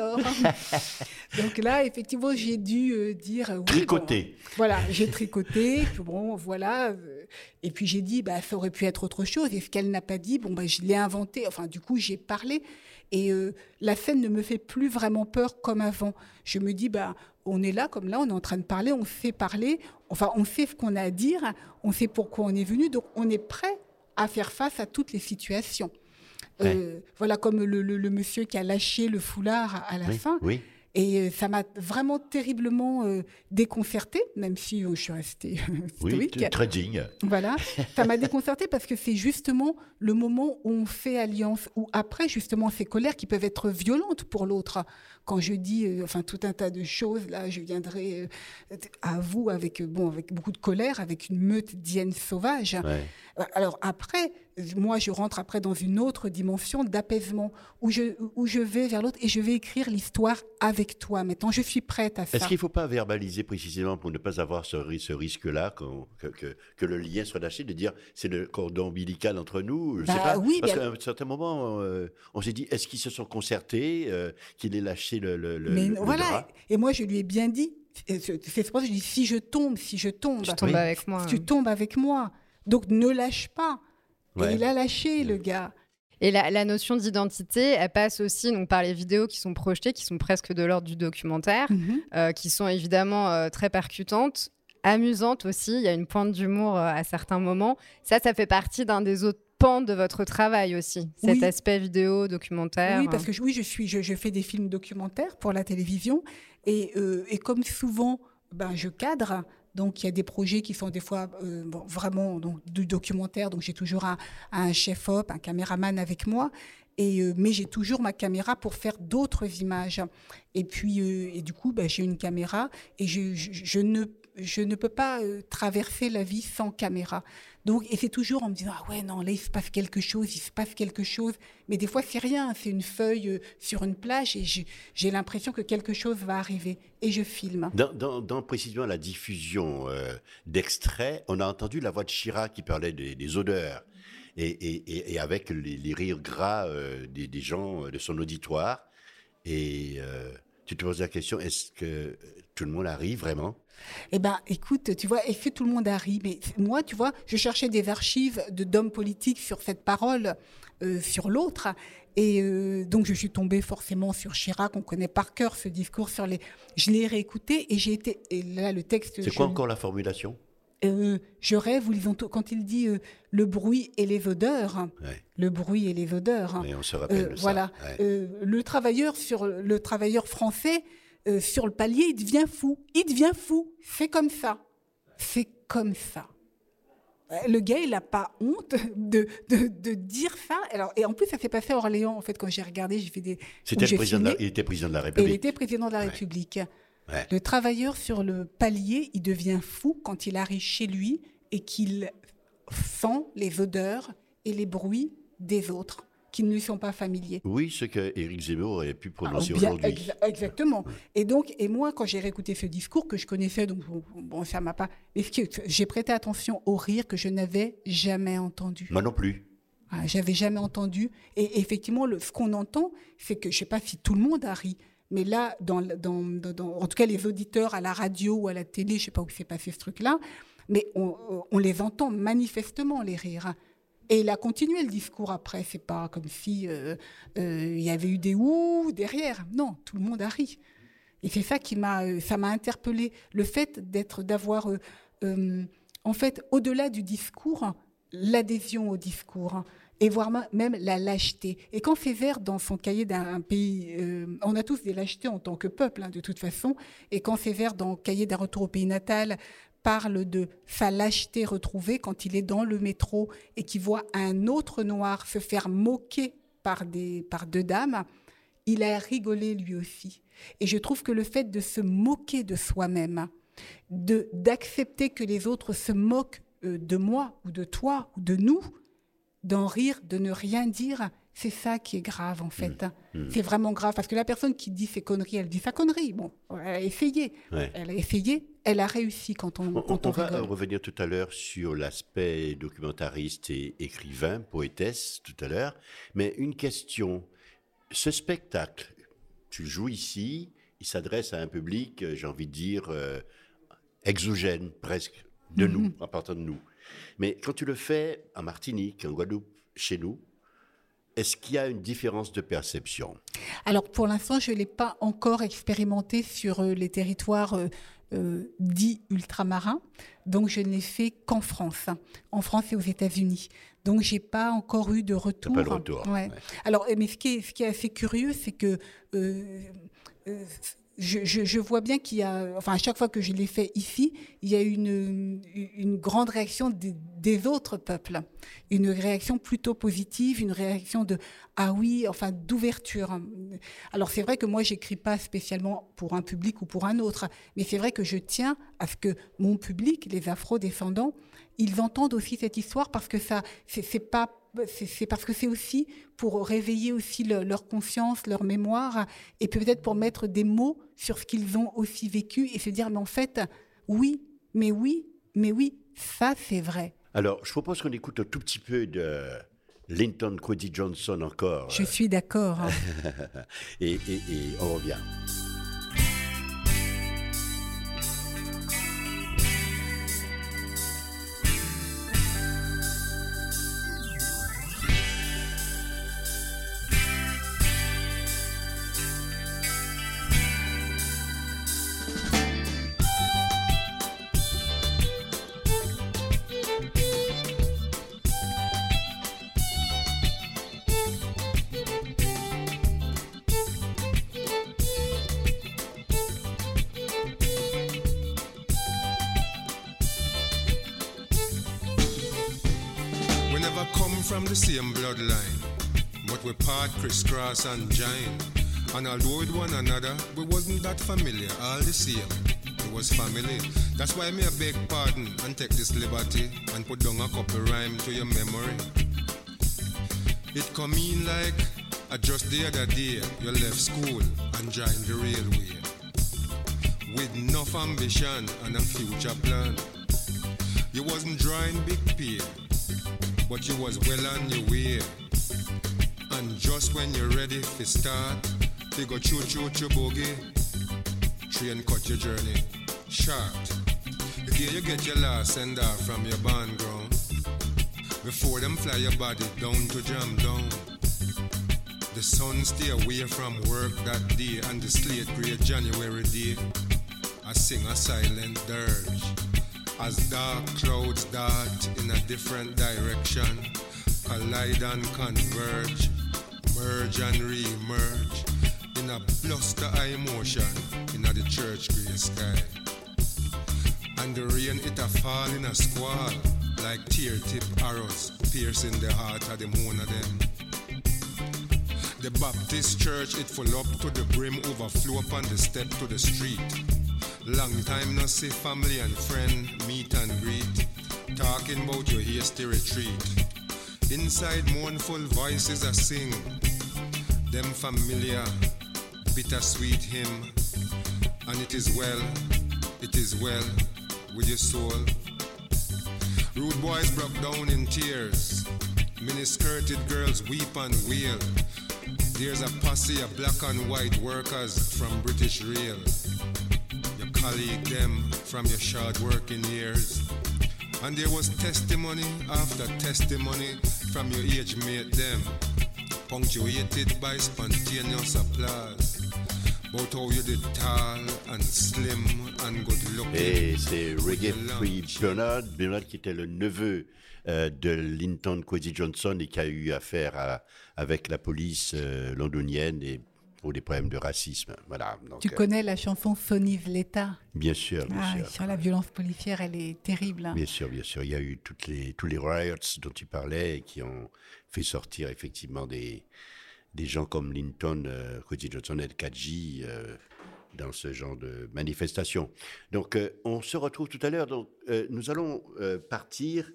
Donc là, effectivement, j'ai dû euh, dire... Oui, tricoter. Bon, voilà, j'ai tricoté. Bon, voilà. Et puis, j'ai dit, bah, ça aurait pu être autre chose. Et ce qu'elle n'a pas dit, bon, bah, je l'ai inventé. Enfin, du coup, j'ai parlé. Et euh, la scène ne me fait plus vraiment peur comme avant. Je me dis, bah, on est là, comme là, on est en train de parler, on sait parler, enfin, on sait ce qu'on a à dire, on sait pourquoi on est venu, donc on est prêt à faire face à toutes les situations. Ouais. Euh, voilà, comme le, le, le monsieur qui a lâché le foulard à, à la oui, fin. Oui. Et euh, ça m'a vraiment terriblement euh, déconcertée, même si euh, je suis restée stoïque. Oui, très digne. Voilà, ça m'a déconcertée parce que c'est justement le moment où on fait alliance, où après, justement, ces colères qui peuvent être violentes pour l'autre. Quand je dis euh, enfin, tout un tas de choses, là, je viendrai euh, à vous avec, euh, bon, avec beaucoup de colère, avec une meute d'hyènes sauvages. Ouais. Alors après, moi, je rentre après dans une autre dimension d'apaisement, où je, où je vais vers l'autre et je vais écrire l'histoire avec toi. Maintenant, je suis prête à ça. Est-ce qu'il ne faut pas verbaliser précisément pour ne pas avoir ce, ce risque-là, que, que, que le lien soit lâché, de dire c'est le cordon ombilical entre nous? Je bah, sais pas, oui, parce bien... qu'à un certain moment, euh, on s'est dit, est-ce qu'ils se sont concertés, euh, qu'il ait lâché le, le, Mais le voilà, drap? Et moi, je lui ai bien dit, c'est pour ça que je dis, si je tombe, si je tombe, tu tombes oui. avec moi. Tu tombes avec moi. Donc, ne lâche pas. Ouais. Et il a lâché, le gars. Et la, la notion d'identité, elle passe aussi donc, par les vidéos qui sont projetées, qui sont presque de l'ordre du documentaire, mm-hmm. euh, qui sont évidemment euh, très percutantes, amusantes aussi. Il y a une pointe d'humour euh, à certains moments. Ça, ça fait partie d'un des autres pans de votre travail aussi, cet oui. aspect vidéo, documentaire. Oui, parce que oui, je, suis, je, je fais des films documentaires pour la télévision. Et, euh, et comme souvent, ben, je cadre. Donc, il y a des projets qui sont des fois euh, bon, vraiment donc, du documentaire. Donc, j'ai toujours un, un chef-op, un caméraman avec moi. Et, euh, mais j'ai toujours ma caméra pour faire d'autres images. Et puis, euh, et du coup, bah, j'ai une caméra et je, je, je, ne, je ne peux pas euh, traverser la vie sans caméra. Donc, et c'est toujours en me disant, ah ouais, non, là, il se passe quelque chose, il se passe quelque chose. Mais des fois, c'est rien, c'est une feuille euh, sur une plage et j'ai, j'ai l'impression que quelque chose va arriver. Et je filme. Dans, dans, dans précisément la diffusion euh, d'extraits, on a entendu la voix de Chirac qui parlait des, des odeurs. Et, et, et avec les, les rires gras euh, des, des gens de son auditoire. Et euh, tu te poses la question, est-ce que tout le monde arrive vraiment ? Eh bien, écoute, tu vois, est-ce que tout le monde arrive ? Mais moi, tu vois, je cherchais des archives de, d'hommes politiques sur cette parole, euh, sur l'autre. Et euh, donc, je suis tombée forcément sur Chirac. On connaît par cœur ce discours sur les... Je l'ai réécouté et j'ai été... Et là, le texte... C'est quoi je... encore la formulation ? Euh, je rêve, où ils ont t- quand il dit euh, le bruit et les odeurs, ouais. le bruit et les odeurs. Oui, on se rappelle euh, de ça. Voilà. Ouais. Euh, le travailleur sur le travailleur français euh, sur le palier, il devient fou. Il devient fou. C'est comme ça. C'est comme ça. Le gars, il n'a pas honte de, de, de dire ça. Alors, et en plus, ça s'est passé à Orléans. En fait, quand j'ai regardé, j'ai fait des. C'était le président de la, il était président de la République. Et il était président de la ouais. République. Ouais. Le travailleur sur le palier, il devient fou quand il arrive chez lui et qu'il sent les odeurs et les bruits des autres qui ne lui sont pas familiers. Oui, ce que Éric Zemmour aurait pu prononcer Ah, bien, aujourd'hui. exa- exactement. Et donc, et moi, quand j'ai réécouté ce discours que je connaissais, donc bon, bon ça m'a pas. Mais ce que- j'ai prêté attention au rire que je n'avais jamais entendu. Moi non plus. Ah, j'avais jamais entendu. Et effectivement, le, ce qu'on entend, c'est que je sais pas si tout le monde a ri, mais là, dans, dans, dans, dans- en tout cas, les auditeurs à la radio ou à la télé, je sais pas où s'est passé ce truc-là, mais on, on les entend manifestement les rires. Et il a continué le discours après. C'est pas comme si euh, euh, il y avait eu des ouh derrière. Non, tout le monde a ri. Et c'est ça qui m'a, euh, ça m'a interpellé. Le fait d'être, d'avoir, euh, euh, en fait, au-delà du discours, l'adhésion au discours. Et voire ma- même la lâcheté. Et quand Césaire, dans son cahier d'un pays, euh, on a tous des lâchetés en tant que peuple, hein, de toute façon, et quand Césaire, dans le cahier d'un retour au pays natal, parle de sa lâcheté retrouvée quand il est dans le métro et qu'il voit un autre noir se faire moquer par, des, par deux dames, il a rigolé lui aussi. Et je trouve que le fait de se moquer de soi-même, de, d'accepter que les autres se moquent euh, de moi ou de toi ou de nous, d'en rire, de ne rien dire, c'est ça qui est grave en fait. Mmh. Mmh. C'est vraiment grave parce que la personne qui dit ses conneries, elle dit sa connerie. Bon, elle a essayé. Ouais. Elle a essayé, elle a réussi quand on, On, quand on on va rigole. revenir tout à l'heure sur l'aspect documentariste et écrivain, poétesse, tout à l'heure. Mais une question. Ce spectacle, tu joues ici, il s'adresse à un public, euh, j'ai envie de dire, euh, exogène presque, de Mhm. nous, à partir de nous. Mais quand tu le fais en Martinique, en Guadeloupe, chez nous, est-ce qu'il y a une différence de perception? Alors pour l'instant, je ne l'ai pas encore expérimenté sur euh, les territoires euh, euh, dits ultramarins. Donc je ne l'ai fait qu'en France, hein, en France et aux États-Unis. Donc j'ai pas encore eu de retour. T'as pas de retour. Ouais. Ouais. Alors, mais ce qui est, ce qui est assez curieux, c'est que euh, euh, je, je, je vois bien qu'il y a, enfin à chaque fois que je l'ai fait ici, il y a une, une grande réaction des, des autres peuples, une réaction plutôt positive, une réaction de ah oui, enfin d'ouverture. Alors c'est vrai que moi j'écris pas spécialement pour un public ou pour un autre, mais c'est vrai que je tiens à ce que mon public, les afro-descendants, ils entendent aussi cette histoire parce que ça, c'est, c'est pas C'est, c'est parce que c'est aussi pour réveiller aussi le, leur conscience, leur mémoire, et peut-être pour mettre des mots sur ce qu'ils ont aussi vécu et se dire, mais en fait, oui, mais oui, mais oui, ça c'est vrai. Alors, je propose qu'on écoute un tout petit peu de Linton Kwesi Johnson encore. Je suis d'accord. Hein. et, et, et on revient. From the same bloodline, but we part, crisscross and join. And although with one another, we wasn't that familiar, all the same, it was family. That's why me a beg pardon and take this liberty and put down a couple rhyme to your memory. It come in like uh, just the other day, you left school and joined the railway. With enough ambition and a future plan, you wasn't drawing big pay, but you was well on your way. And just when you're ready to start, they go choo choo choo boogie. Train cut your journey short. The day you get your last send off from your band ground, before them fly your body down to jam down. The sun stay away from work that day, and the slate grey January day, I sing a silent dirge. As dark clouds dart in a different direction, collide and converge, merge and re-emerge in a bluster of emotion in a the church grey sky. And the rain it a fall in a squall like tear-tip arrows piercing the heart of the moon of them. The Baptist church it full up to the brim, overflow upon the step to the street. Long time no see family and friend meet and greet, talking about your hasty retreat. Inside mournful voices I sing, them familiar, bittersweet hymn. And it is well, it is well with your soul. Rude boys broke down in tears, mini-skirted girls weep and wail. There's a posse of black and white workers from British Rail. Your colleague them from your short working years. And there was testimony after testimony from your age mate them, punctuated by spontaneous applause. About how you did tall and slim and good looking. Et c'est Reggae Free Bernard, Bernard qui était le neveu euh, de Linton Kwesi Johnson et qui a eu affaire à, avec la police euh, londonienne et pour des problèmes de racisme. Voilà. Donc, tu euh, connais la chanson Sonny Vleta? Bien sûr, bien ah, sûr. Sur la violence policière, elle est terrible. Bien sûr, bien sûr. Il y a eu toutes les, tous les riots dont tu parlais et qui ont fait sortir effectivement des, des gens comme Linton, euh, Kwesi Johnson et Kaji euh, dans ce genre de manifestation. Donc, euh, on se retrouve tout à l'heure. Donc, euh, nous allons euh, partir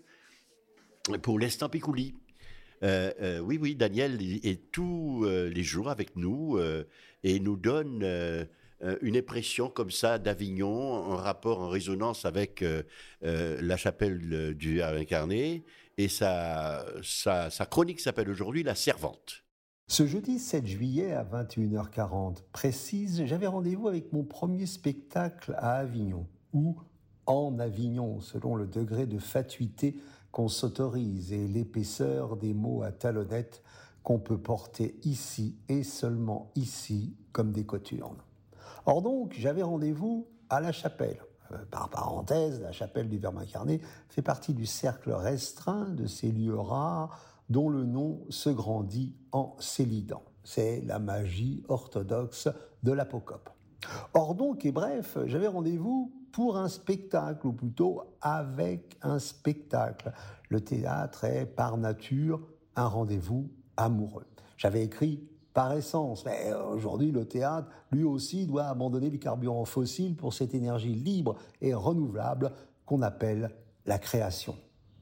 pour l'Instant Picouli. Euh, euh, oui, oui, Daniel est tous euh, les jours avec nous euh, et nous donne euh, une impression comme ça d'Avignon en rapport, en résonance avec euh, euh, la chapelle du Verbe incarné. Et sa, sa, sa chronique s'appelle aujourd'hui La Servante. Ce jeudi sept juillet à vingt et une heures quarante précise, j'avais rendez-vous avec mon premier spectacle à Avignon, ou en Avignon, selon le degré de fatuité qu'on s'autorise et l'épaisseur des mots à talonnettes qu'on peut porter ici et seulement ici comme des coturnes. Or donc, j'avais rendez-vous à la chapelle. Euh, par parenthèse, la chapelle du Verbe incarné fait partie du cercle restreint de ces lieux rares dont le nom se grandit en s'élidant. C'est la magie orthodoxe de l'apocope. Or donc, et bref, j'avais rendez-vous pour un spectacle, ou plutôt avec un spectacle. Le théâtre est par nature un rendez-vous amoureux. J'avais écrit par essence, mais aujourd'hui le théâtre, lui aussi, doit abandonner les carburants fossiles pour cette énergie libre et renouvelable qu'on appelle la création.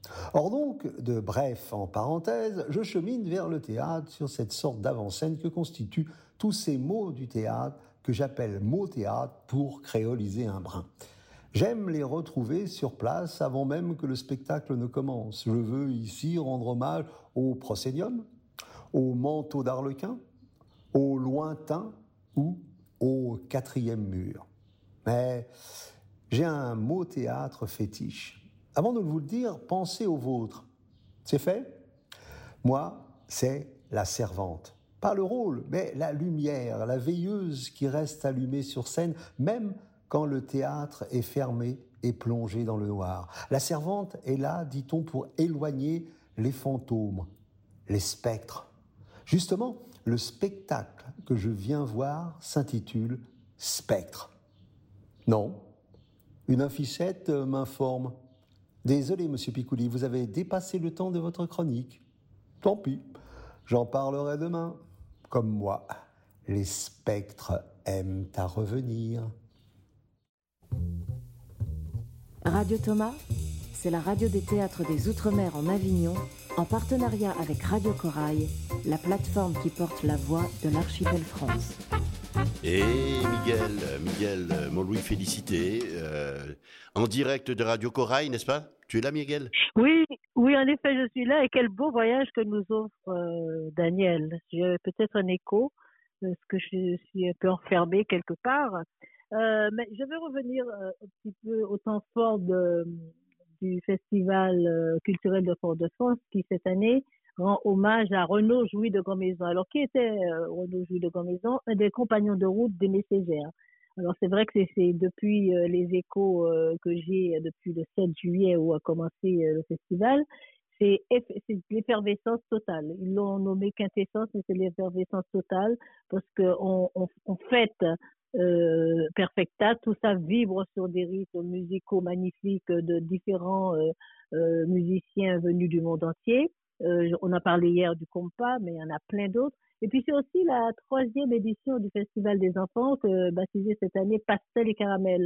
Or donc, de bref en parenthèse, je chemine vers le théâtre sur cette sorte d'avant-scène que constituent tous ces mots du théâtre que j'appelle mots théâtre pour créoliser un brin. J'aime les retrouver sur place avant même que le spectacle ne commence. Je veux ici rendre hommage au proscénium, au manteau d'arlequin, au lointain ou au quatrième mur. Mais j'ai un mot théâtre fétiche. Avant de vous le dire, pensez au vôtre. C'est fait ? Moi, c'est la servante. Pas le rôle, mais la lumière, la veilleuse qui reste allumée sur scène, même quand le théâtre est fermé et plongé dans le noir. La servante est là, dit-on, pour éloigner les fantômes, les spectres. Justement, le spectacle que je viens voir s'intitule « Spectre ». Non, une affichette m'informe. Désolé, monsieur Picouli, vous avez dépassé le temps de votre chronique. Tant pis, j'en parlerai demain. Comme moi, les spectres aiment à revenir. Radio Thomas, c'est la radio des théâtres des Outre-mer en Avignon, en partenariat avec Radio Corail, la plateforme qui porte la voix de l'archipel France. Et Miguel, Miguel, mon Louis félicité, euh, en direct de Radio Corail, n'est-ce pas ? Tu es là, Miguel ? Oui, oui, en effet, je suis là. Et quel beau voyage que nous offre euh, Daniel. J'ai peut-être un écho, parce que je suis un peu enfermée quelque part. Euh, mais je vais revenir euh, un petit peu au temps fort de, du Festival euh, culturel de Fort-de-France, qui cette année rend hommage à Renaud Jouy de Grandmaison. Alors, qui était euh, Renaud Jouy de Grandmaison ? Un des compagnons de route d'Aimé Ségère. Alors, c'est vrai que c'est, c'est depuis euh, les échos euh, que j'ai euh, depuis le sept juillet où a commencé euh, le festival, c'est, eff- c'est l'effervescence totale. Ils l'ont nommé quintessence, mais c'est l'effervescence totale parce qu'on on, on fête euh, Perfecta, tout ça vibre sur des rythmes musicaux magnifiques de différents euh, euh, musiciens venus du monde entier. Euh, on a parlé hier du compas, mais il y en a plein d'autres. Et puis c'est aussi la troisième édition du Festival des enfants que baptisé cette année Pastel et Caramel.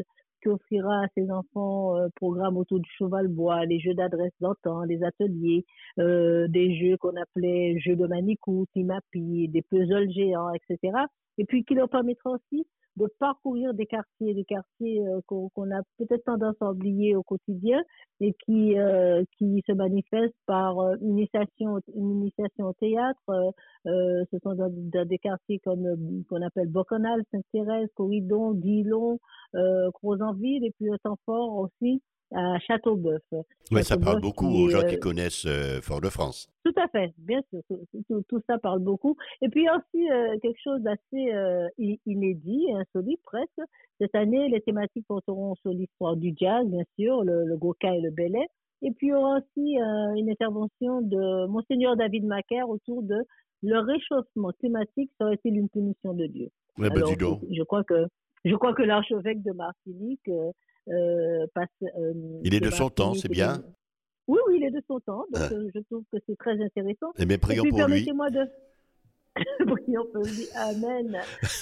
qui offrira à ses enfants euh, programmes autour du cheval-bois, les jeux d'adresse d'antan, les ateliers, euh, des jeux qu'on appelait jeux de manicou, timapi, des puzzles géants, et cetera. Et puis qui leur permettra aussi de parcourir des quartiers, des quartiers euh, qu'on, qu'on a peut-être tendance à oublier au quotidien et qui euh, qui se manifestent par euh, une initiation, une initiation au théâtre. Euh, euh, ce sont dans, dans des quartiers comme euh, qu'on appelle Bocanal, Sainte-Thérèse, Corridon, Dillon, euh, Crozanville et puis au temps fort aussi à Châteauboeuf. Oui, ça parle beaucoup qui, aux gens euh, qui connaissent euh, Fort-de-France. Tout à fait, bien sûr, tout, tout, tout ça parle beaucoup. Et puis aussi euh, quelque chose d'assez euh, inédit, insolite presque. Cette année, les thématiques porteront sur l'histoire du jazz, bien sûr, le, le goka et le belay. Et puis il y aura aussi euh, une intervention de Monseigneur David Macaire autour de le réchauffement climatique serait-il une punition de Dieu. Ouais, bah, Alors, dis donc. je, je crois que je crois que l'archevêque de Martinique euh, euh, passe. Euh, Il est de, de son temps, c'est bien. De... Oui, oui, il est de son temps. Donc, ah. euh, je trouve que c'est très intéressant. Eh bien, prions et puis, pour permettez-moi lui. De... prions pour lui. Amen.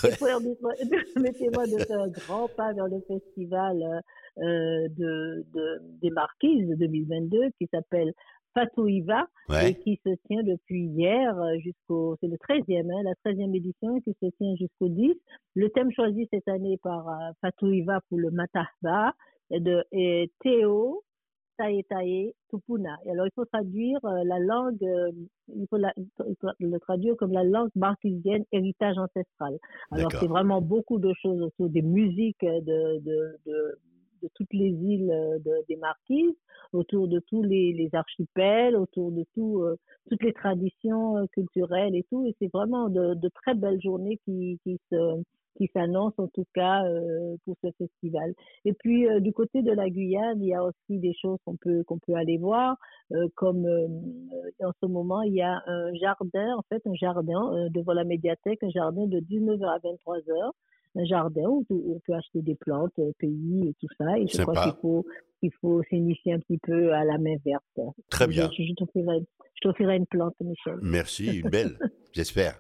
Et permettez-moi de faire un grand pas vers le festival euh, de, de, des Marquises de deux mille vingt-deux qui s'appelle Fatouiva ouais. et qui se tient depuis hier jusqu'au, c'est le treizième, hein, la treizième édition qui se tient jusqu'au dix. Le thème choisi cette année par uh, Fatouiva pour le Matahba est de est Théo Tae Tae Tupuna. Et alors il faut traduire euh, la langue, euh, il faut la, le traduire comme la langue marquisienne héritage ancestral. Alors D'accord. c'est vraiment beaucoup de choses autour des musiques de, de, de de toutes les îles de, des Marquises, autour de tous les, les archipels, autour de tout, euh, toutes les traditions euh, culturelles et tout. Et c'est vraiment de, de très belles journées qui, qui, se, qui s'annoncent en tout cas euh, pour ce festival. Et puis euh, du côté de la Guyane, il y a aussi des choses qu'on peut, qu'on peut aller voir, euh, comme euh, en ce moment, il y a un jardin, en fait un jardin euh, devant la médiathèque, un jardin de dix-neuf heures à vingt-trois heures. Un jardin où on peut acheter des plantes, pays et tout ça. Et je Sympa. crois qu'il faut, il faut s'initier un petit peu à la main verte. Très bien. Je, je, t'offrirai, je t'offrirai une plante, Michel. Merci, une belle, j'espère.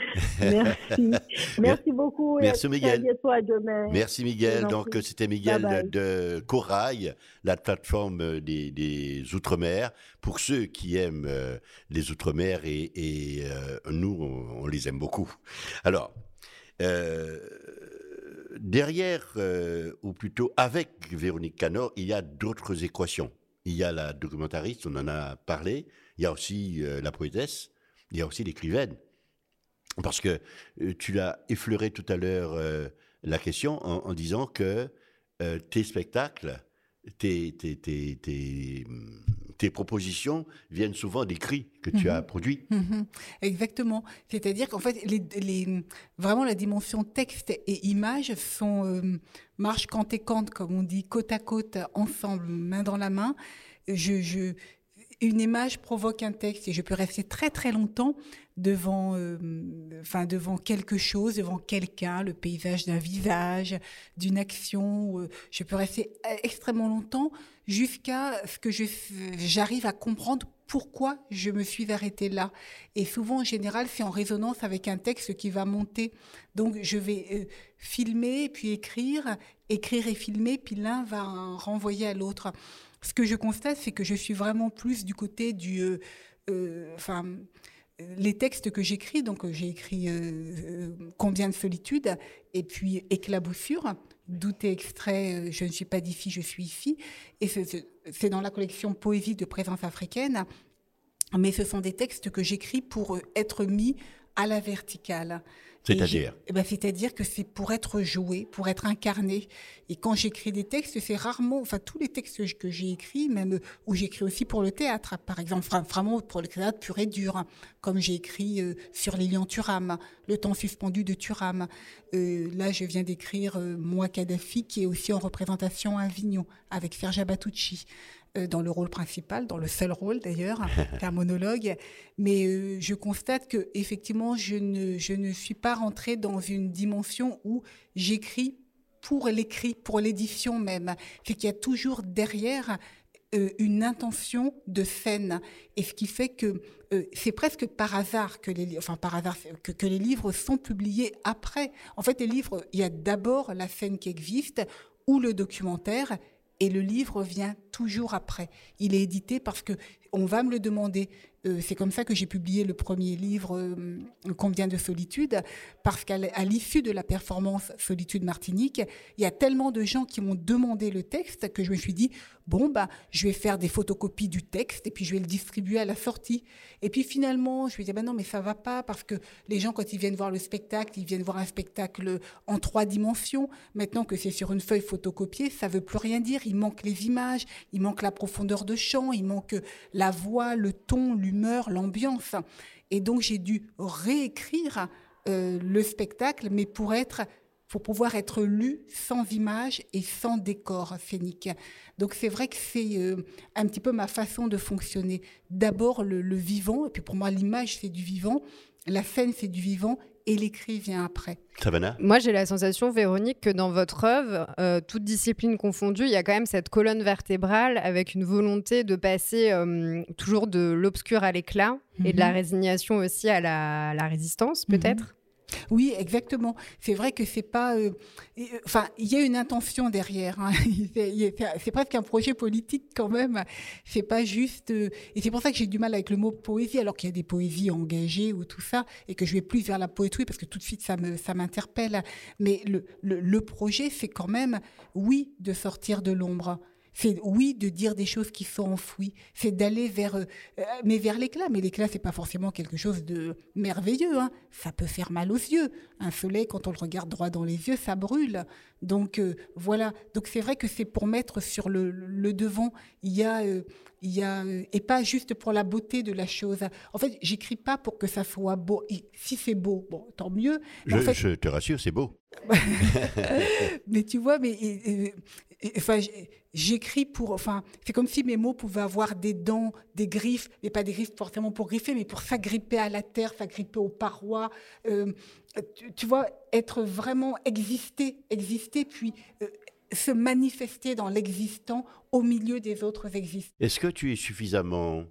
Merci. Merci beaucoup. Merci, et Miguel. À bientôt, à demain. Merci, Miguel. Donc, c'était Miguel bye bye. de Corail, la plateforme des, des Outre-mer. Pour ceux qui aiment euh, les Outre-mer, et, et euh, nous, on, on les aime beaucoup. Alors, Euh, derrière, euh, ou plutôt avec Véronique Canor, il y a d'autres équations. Il y a la documentariste, on en a parlé, il y a aussi euh, la poétesse, il y a aussi l'écrivaine. Parce que euh, tu l'as effleuré tout à l'heure euh, la question en, en disant que euh, tes spectacles, tes, tes, tes, tes, tes propositions viennent souvent d'écrits que tu mmh. as produits. Mmh. Exactement. C'est-à-dire qu'en fait, les, les, vraiment la dimension texte et image sont euh, marche cante et cante, comme on dit, côte à côte, ensemble, main dans la main. Je, je, une image provoque un texte et je peux rester très très longtemps devant, euh, enfin devant quelque chose, devant quelqu'un, le paysage d'un visage, d'une action. Euh, je peux rester extrêmement longtemps jusqu'à ce que je, j'arrive à comprendre pourquoi je me suis arrêtée là. Et souvent, en général, c'est en résonance avec un texte qui va monter. Donc, je vais euh, filmer, puis écrire, écrire et filmer, puis l'un va renvoyer à l'autre. Ce que je constate, c'est que je suis vraiment plus du côté du... Euh, euh, enfin, les textes que j'écris, donc j'ai écrit euh, euh, Combien de solitude, et puis Éclaboussure, d'où est extrait euh, Je ne suis pas d'ici, je suis ici. Et c'est, c'est dans la collection Poésie de présence africaine, mais ce sont des textes que j'écris pour être mis à la verticale. C'est-à-dire eh ben, C'est-à-dire que c'est pour être joué, pour être incarné. Et quand j'écris des textes, c'est rarement... Enfin, tous les textes que j'ai écrits, même où j'écris aussi pour le théâtre, par exemple, vraiment pour le théâtre pur et dur, hein, comme j'ai écrit euh, sur Lilian Thuram, Le temps suspendu de Thuram. Euh, là, je viens d'écrire euh, Moi, Kadhafi, qui est aussi en représentation à Avignon, avec Ferja Batucci. Dans le rôle principal, dans le seul rôle d'ailleurs, un monologue. Mais euh, je constate que effectivement, je ne, je ne suis pas rentrée dans une dimension où j'écris pour l'écrit, pour l'édition même. C'est qu'il y a toujours derrière euh, une intention de scène. Et ce qui fait que euh, c'est presque par hasard que les, enfin par hasard que, que les livres sont publiés après. En fait, les livres, il y a d'abord la scène qui existe, ou le documentaire, et le livre vient toujours après. Il est édité parce que on va me le demander. Euh, c'est comme ça que j'ai publié le premier livre, euh, Combien de solitude, parce qu'à l'issue de la performance Solitude Martinique, il y a tellement de gens qui m'ont demandé le texte que je me suis dit, bon, bah, je vais faire des photocopies du texte et puis je vais le distribuer à la sortie. Et puis finalement, je me disais, bah non, mais ça va pas, parce que les gens, quand ils viennent voir le spectacle, ils viennent voir un spectacle en trois dimensions. Maintenant que c'est sur une feuille photocopiée, ça veut plus rien dire. Il manque les images, il manque la profondeur de champ, il manque la voix, le ton, l'humeur, l'ambiance. Et donc, j'ai dû réécrire euh, le spectacle, mais pour être, pour pouvoir être lu sans images et sans décor scénique. Donc, c'est vrai que c'est euh, un petit peu ma façon de fonctionner. D'abord, le, le vivant, et puis pour moi, l'image, c'est du vivant, la scène, c'est du vivant, et l'écrit vient après. Savannah ? Moi, j'ai la sensation, Véronique, que dans votre œuvre, euh, toute discipline confondue, il y a quand même cette colonne vertébrale avec une volonté de passer euh, toujours de l'obscur à l'éclat mm-hmm. et de la résignation aussi à la, la résistance, peut-être mm-hmm. Oui, exactement. C'est vrai que c'est pas... Euh, enfin, il y a une intention derrière. Hein. c'est, c'est presque un projet politique quand même. C'est pas juste... Euh, et c'est pour ça que j'ai du mal avec le mot poésie, alors qu'il y a des poésies engagées ou tout ça, et que je vais plus vers la poétrie, parce que tout de suite, ça, me, ça m'interpelle. Mais le, le, le projet, c'est quand même, oui, de sortir de l'ombre. C'est, oui, de dire des choses qui sont enfouies. C'est d'aller vers, euh, mais vers l'éclat. Mais l'éclat, c'est pas forcément quelque chose de merveilleux. Hein. Ça peut faire mal aux yeux. Un soleil, quand on le regarde droit dans les yeux, ça brûle. Donc, euh, voilà. Donc, c'est vrai que c'est pour mettre sur le, le devant. Il y a, euh, il y a, euh, et pas juste pour la beauté de la chose. En fait, j'écris pas pour que ça soit beau. Et si c'est beau, bon, tant mieux. Je, en fait, je te rassure, c'est beau. Mais tu vois, mais et, et, et, enfin, j'écris pour, enfin, c'est comme si mes mots pouvaient avoir des dents, des griffes, mais pas des griffes forcément pour griffer, mais pour s'agripper à la terre, s'agripper aux parois. Euh, tu, tu vois, être vraiment exister, exister, puis euh, se manifester dans l'existant au milieu des autres existants. Est-ce que tu es suffisamment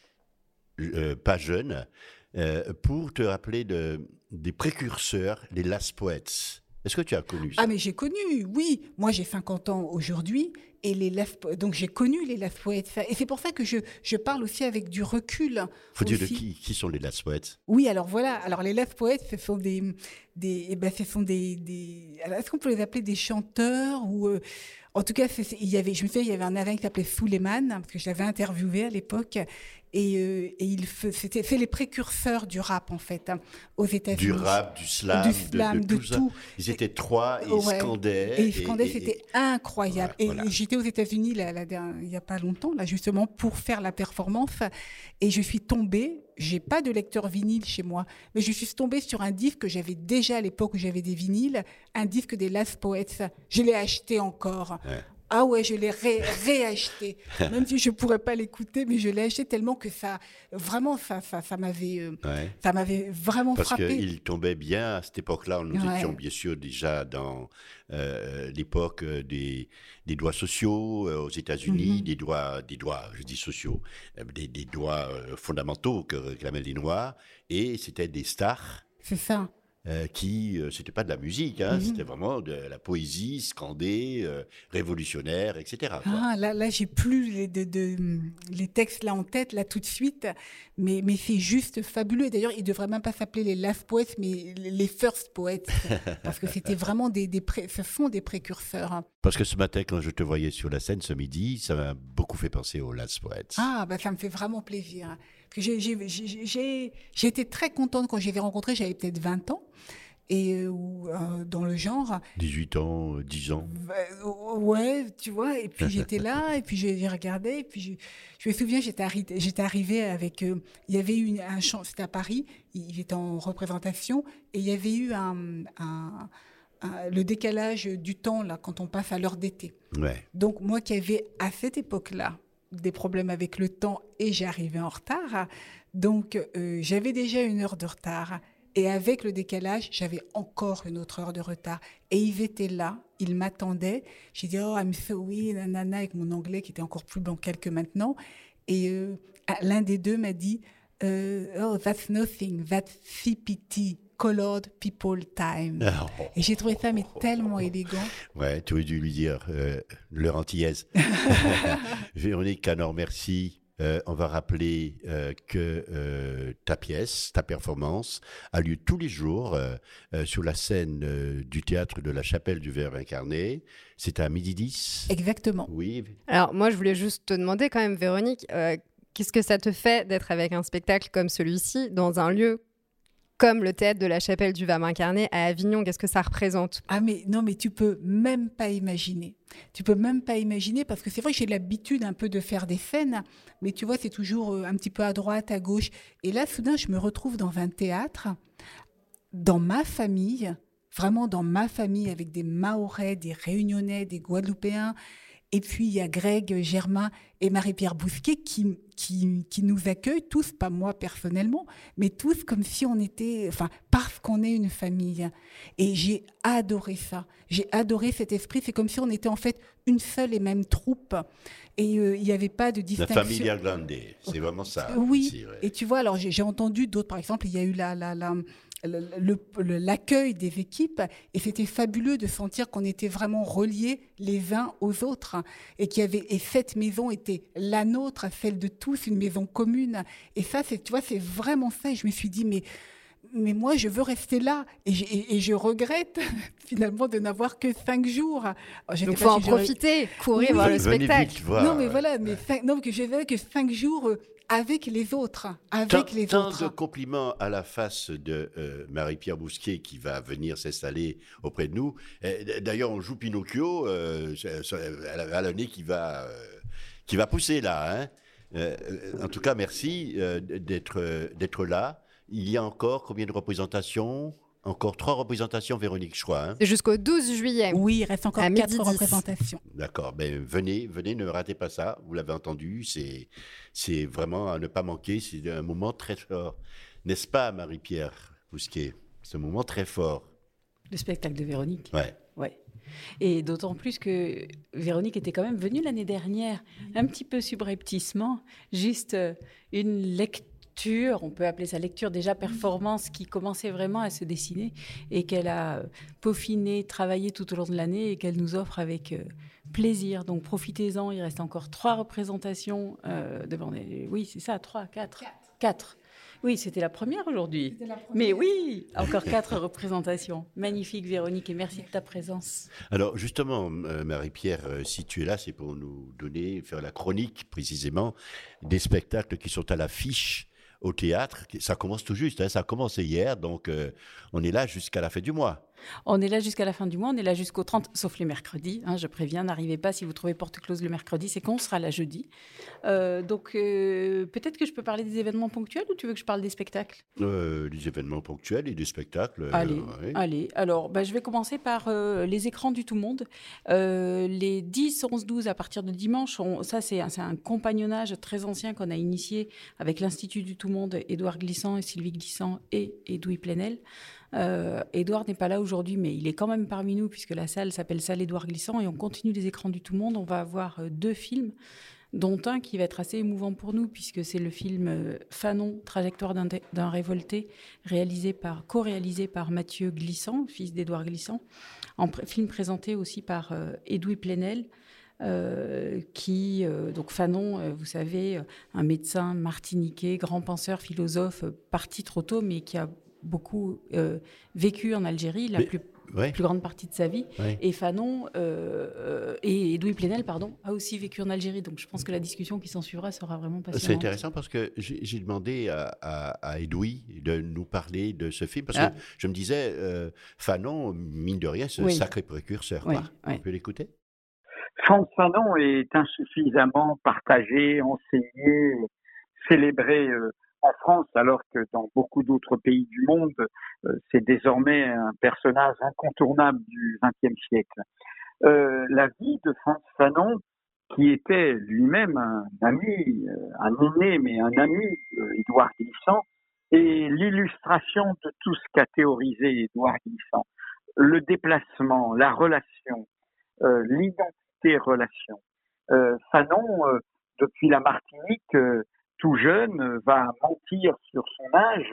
euh, pas jeune euh, pour te rappeler de, des précurseurs, les Last Poets? Est-ce que tu as connu ça? Ah, mais j'ai connu, oui. Moi, j'ai cinquante ans aujourd'hui, et les Last, donc j'ai connu les Last Poets. Et c'est pour ça que je, je parle aussi avec du recul. Faut dire de qui, qui sont les Last Poets? Oui, alors voilà. Alors les Last Poets, ce sont des, des, eh ben, ce sont des, des. Alors, est-ce qu'on peut les appeler des chanteurs ou euh, en tout cas, c'est, c'est, il y avait, je me souviens, il y avait un Navin qui s'appelait Suleiman, parce que je l'avais interviewé à l'époque. Et, euh, et il fait, c'était, c'est les précurseurs du rap, en fait, hein, aux États-Unis. Du rap, du slam, du slam de, de, de tout, tout. Ça. Ils étaient trois, ils ouais. scandaient. Et ils scandaient, et, c'était et, incroyable. Voilà, et, voilà. et j'étais aux États-Unis là, là, il n'y a pas longtemps, là, justement, pour faire la performance. Et je suis tombée, j'ai pas de lecteur vinyle chez moi, mais je suis tombée sur un disque que j'avais déjà à l'époque où j'avais des vinyles, un disque des Last Poets. Je l'ai acheté encore. Ouais. Ah ouais, je l'ai ré- réacheté, même si je pourrais pas l'écouter, mais je l'ai acheté tellement que ça, vraiment, ça, ça, ça m'avait, euh, ouais. ça m'avait vraiment Parce frappé. Parce qu'il tombait bien à cette époque-là. Nous ouais. étions bien sûr déjà dans euh, l'époque des, des droits sociaux euh, aux États-Unis, mm-hmm. des droits, des droits, je dis sociaux, euh, des, des droits euh, fondamentaux que réclamaient les Noirs, et c'était des stars. C'est ça. Euh, qui, euh, c'était pas de la musique, hein, mm-hmm. c'était vraiment de la poésie scandée, euh, révolutionnaire, et cetera. Quoi. Ah, là, là, j'ai plus les, de, de, les textes là en tête, là tout de suite, mais, mais c'est juste fabuleux. Et d'ailleurs, ils devraient même pas s'appeler les Last Poets, mais les First Poets, parce que c'était vraiment des, des pré... ce sont des précurseurs. Hein. Parce que ce matin, quand je te voyais sur la scène ce midi, ça m'a beaucoup fait penser aux Last Poets. Ah, bah ça me fait vraiment plaisir. J'ai, j'ai, j'ai, j'ai, j'ai été très contente quand je les ai rencontrés, j'avais peut-être vingt ans, et euh, euh, dans le genre... dix-huit ans, dix ans. Euh, ouais, tu vois, et puis j'étais là, et puis j'ai, j'ai regardé, et puis je, je me souviens, j'étais, arri- j'étais arrivée avec... Euh, il y avait eu un chant, c'était à Paris, il était en représentation, et il y avait eu un... un Un, le décalage du temps, là, quand on passe à l'heure d'été. Ouais. Donc, moi qui avais, à cette époque-là, des problèmes avec le temps et j'arrivais en retard, donc euh, j'avais déjà une heure de retard. Et avec le décalage, j'avais encore une autre heure de retard. Et ils étaient là, ils m'attendaient. J'ai dit « Oh, I'm sorry, nanana », avec mon anglais qui était encore plus bancal que maintenant. Et euh, l'un des deux m'a dit euh, « Oh, that's nothing, that's C P T ». Colored People Time. Oh. Et j'ai trouvé ça mais tellement élégant. Ouais, tu aurais dû lui dire euh, leur antillaise. Véronique Canor, merci. Euh, on va rappeler euh, que euh, ta pièce, ta performance, a lieu tous les jours euh, euh, sur la scène euh, du théâtre de la Chapelle du Verbe incarné. C'est à midi dix. Exactement. Oui. Alors moi, je voulais juste te demander quand même, Véronique, euh, qu'est-ce que ça te fait d'être avec un spectacle comme celui-ci dans un lieu comme le théâtre de la Chapelle du Verbe incarné à Avignon? Qu'est-ce que ça représente? Ah mais non, mais tu peux même pas imaginer. Tu peux même pas imaginer, parce que c'est vrai que j'ai l'habitude un peu de faire des scènes, mais tu vois, c'est toujours un petit peu à droite, à gauche. Et là, soudain, je me retrouve dans un théâtre, dans ma famille, vraiment dans ma famille, avec des Mahorais, des Réunionnais, des Guadeloupéens. Et puis, il y a Greg, Germain et Marie-Pierre Bousquet qui, qui, qui nous accueillent tous, pas moi personnellement, mais tous comme si on était, enfin, parce qu'on est une famille. Et j'ai adoré ça. J'ai adoré cet esprit. C'est comme si on était en fait une seule et même troupe. Et euh, il n'y avait pas de distinction. La familia grande, c'est vraiment ça. Oui. Ici, ouais. Et tu vois, alors j'ai, j'ai entendu d'autres, par exemple, il y a eu la... la, la Le, le, l'accueil des équipes, et c'était fabuleux de sentir qu'on était vraiment reliés les uns aux autres, et qu'il y avait, et cette maison était la nôtre, celle de tous, une maison commune. Et ça, c'est, tu vois, c'est vraiment ça. Et je me suis dit, mais mais moi, je veux rester là. Et je, et, et je regrette finalement de n'avoir que cinq jours. Alors, donc, il faut en si profiter, courir oui, voir le spectacle. Voir. Non, mais voilà, mais cinq, non, que je n'avais que cinq jours avec les autres. Avec tant, les tant autres. de compliments à la face de euh, Marie-Pierre Bousquet qui va venir s'installer auprès de nous. Et, d'ailleurs, on joue Pinocchio, euh, à la nez qui va, euh, qui va pousser là. Hein. Euh, en tout cas, merci euh, d'être, euh, d'être là. Il y a encore combien de représentations ? Encore trois représentations, Véronique, je crois. Hein. C'est jusqu'au douze juillet. Oui, il reste encore quatre représentations. D'accord. Ben, venez, venez, ne ratez pas ça. Vous l'avez entendu. C'est, c'est vraiment à ne pas manquer. C'est un moment très fort. N'est-ce pas, Marie-Pierre Bousquet ? C'est un moment très fort. Le spectacle de Véronique. Ouais. Ouais. Et d'autant plus que Véronique était quand même venue l'année dernière, un petit peu subrepticement, juste une lecture. On peut appeler ça lecture, déjà performance qui commençait vraiment à se dessiner et qu'elle a peaufiné, travaillé tout au long de l'année et qu'elle nous offre avec euh, plaisir. Donc profitez-en, il reste encore trois représentations. Euh, devant les... Oui, c'est ça, trois, quatre. Quatre. quatre. Oui, c'était la première aujourd'hui. C'était la première. Mais oui, encore quatre représentations. Magnifique, Véronique, et merci de ta présence. Alors, justement, euh, Marie-Pierre, euh, si tu es là, c'est pour nous donner, faire la chronique, précisément, des spectacles qui sont à l'affiche au théâtre. Ça commence tout juste, hein, ça a commencé hier, donc euh, on est là jusqu'à la fin du mois. On est là jusqu'à la fin du mois, on est là jusqu'au trente, sauf les mercredis. Hein, je préviens, n'arrivez pas si vous trouvez porte close le mercredi, c'est qu'on sera là jeudi. Euh, donc euh, peut-être que je peux parler des événements ponctuels ou tu veux que je parle des spectacles ? euh, Des événements ponctuels et des spectacles. Allez, euh, ouais. allez. Alors bah, je vais commencer par euh, les écrans du Tout Monde. Euh, les dix, onze, douze à partir de dimanche, on, ça c'est un, c'est un compagnonnage très ancien qu'on a initié avec l'Institut du Tout Monde, Édouard Glissant et Sylvie Glissant et Edoui Plenel. Euh, Édouard n'est pas là aujourd'hui, mais il est quand même parmi nous puisque la salle s'appelle Salle Édouard Glissant et on continue les écrans du Tout Monde. On va avoir euh, deux films, dont un qui va être assez émouvant pour nous puisque c'est le film euh, Fanon, Trajectoire d'un, d'un révolté, réalisé par, co-réalisé par Mathieu Glissant, fils d'Édouard Glissant, en pr- film présenté aussi par euh, Edoui Plenel. Euh, qui, euh, donc Fanon, euh, vous savez, euh, un médecin martiniquais, grand penseur, philosophe, euh, parti trop tôt, mais qui a beaucoup euh, vécu en Algérie, la mais, plus, ouais. plus grande partie de sa vie. Ouais. Et Fanon, euh, euh, et Edoui Plenel, pardon, a aussi vécu en Algérie. Donc je pense que la discussion qui s'en suivra sera vraiment passionnante. C'est intéressant parce que j'ai, j'ai demandé à, à, à Edoui de nous parler de ce film. Parce ah. que je me disais, euh, Fanon, mine de rien, c'est oui. un sacré précurseur. Oui. Oui. On peut l'écouter ? Frantz Fanon est insuffisamment partagé, enseigné, célébré euh, en France, alors que dans beaucoup d'autres pays du monde, euh, c'est désormais un personnage incontournable du vingtième siècle. Euh, la vie de Frantz Fanon, qui était lui-même un ami, un aîné, mais un ami d'Édouard Glissant, est l'illustration de tout ce qu'a théorisé Édouard Glissant. Le déplacement, la relation, euh, l'identité-relation. Euh, Fanon, euh, depuis la Martinique, euh, tout jeune, va mentir sur son âge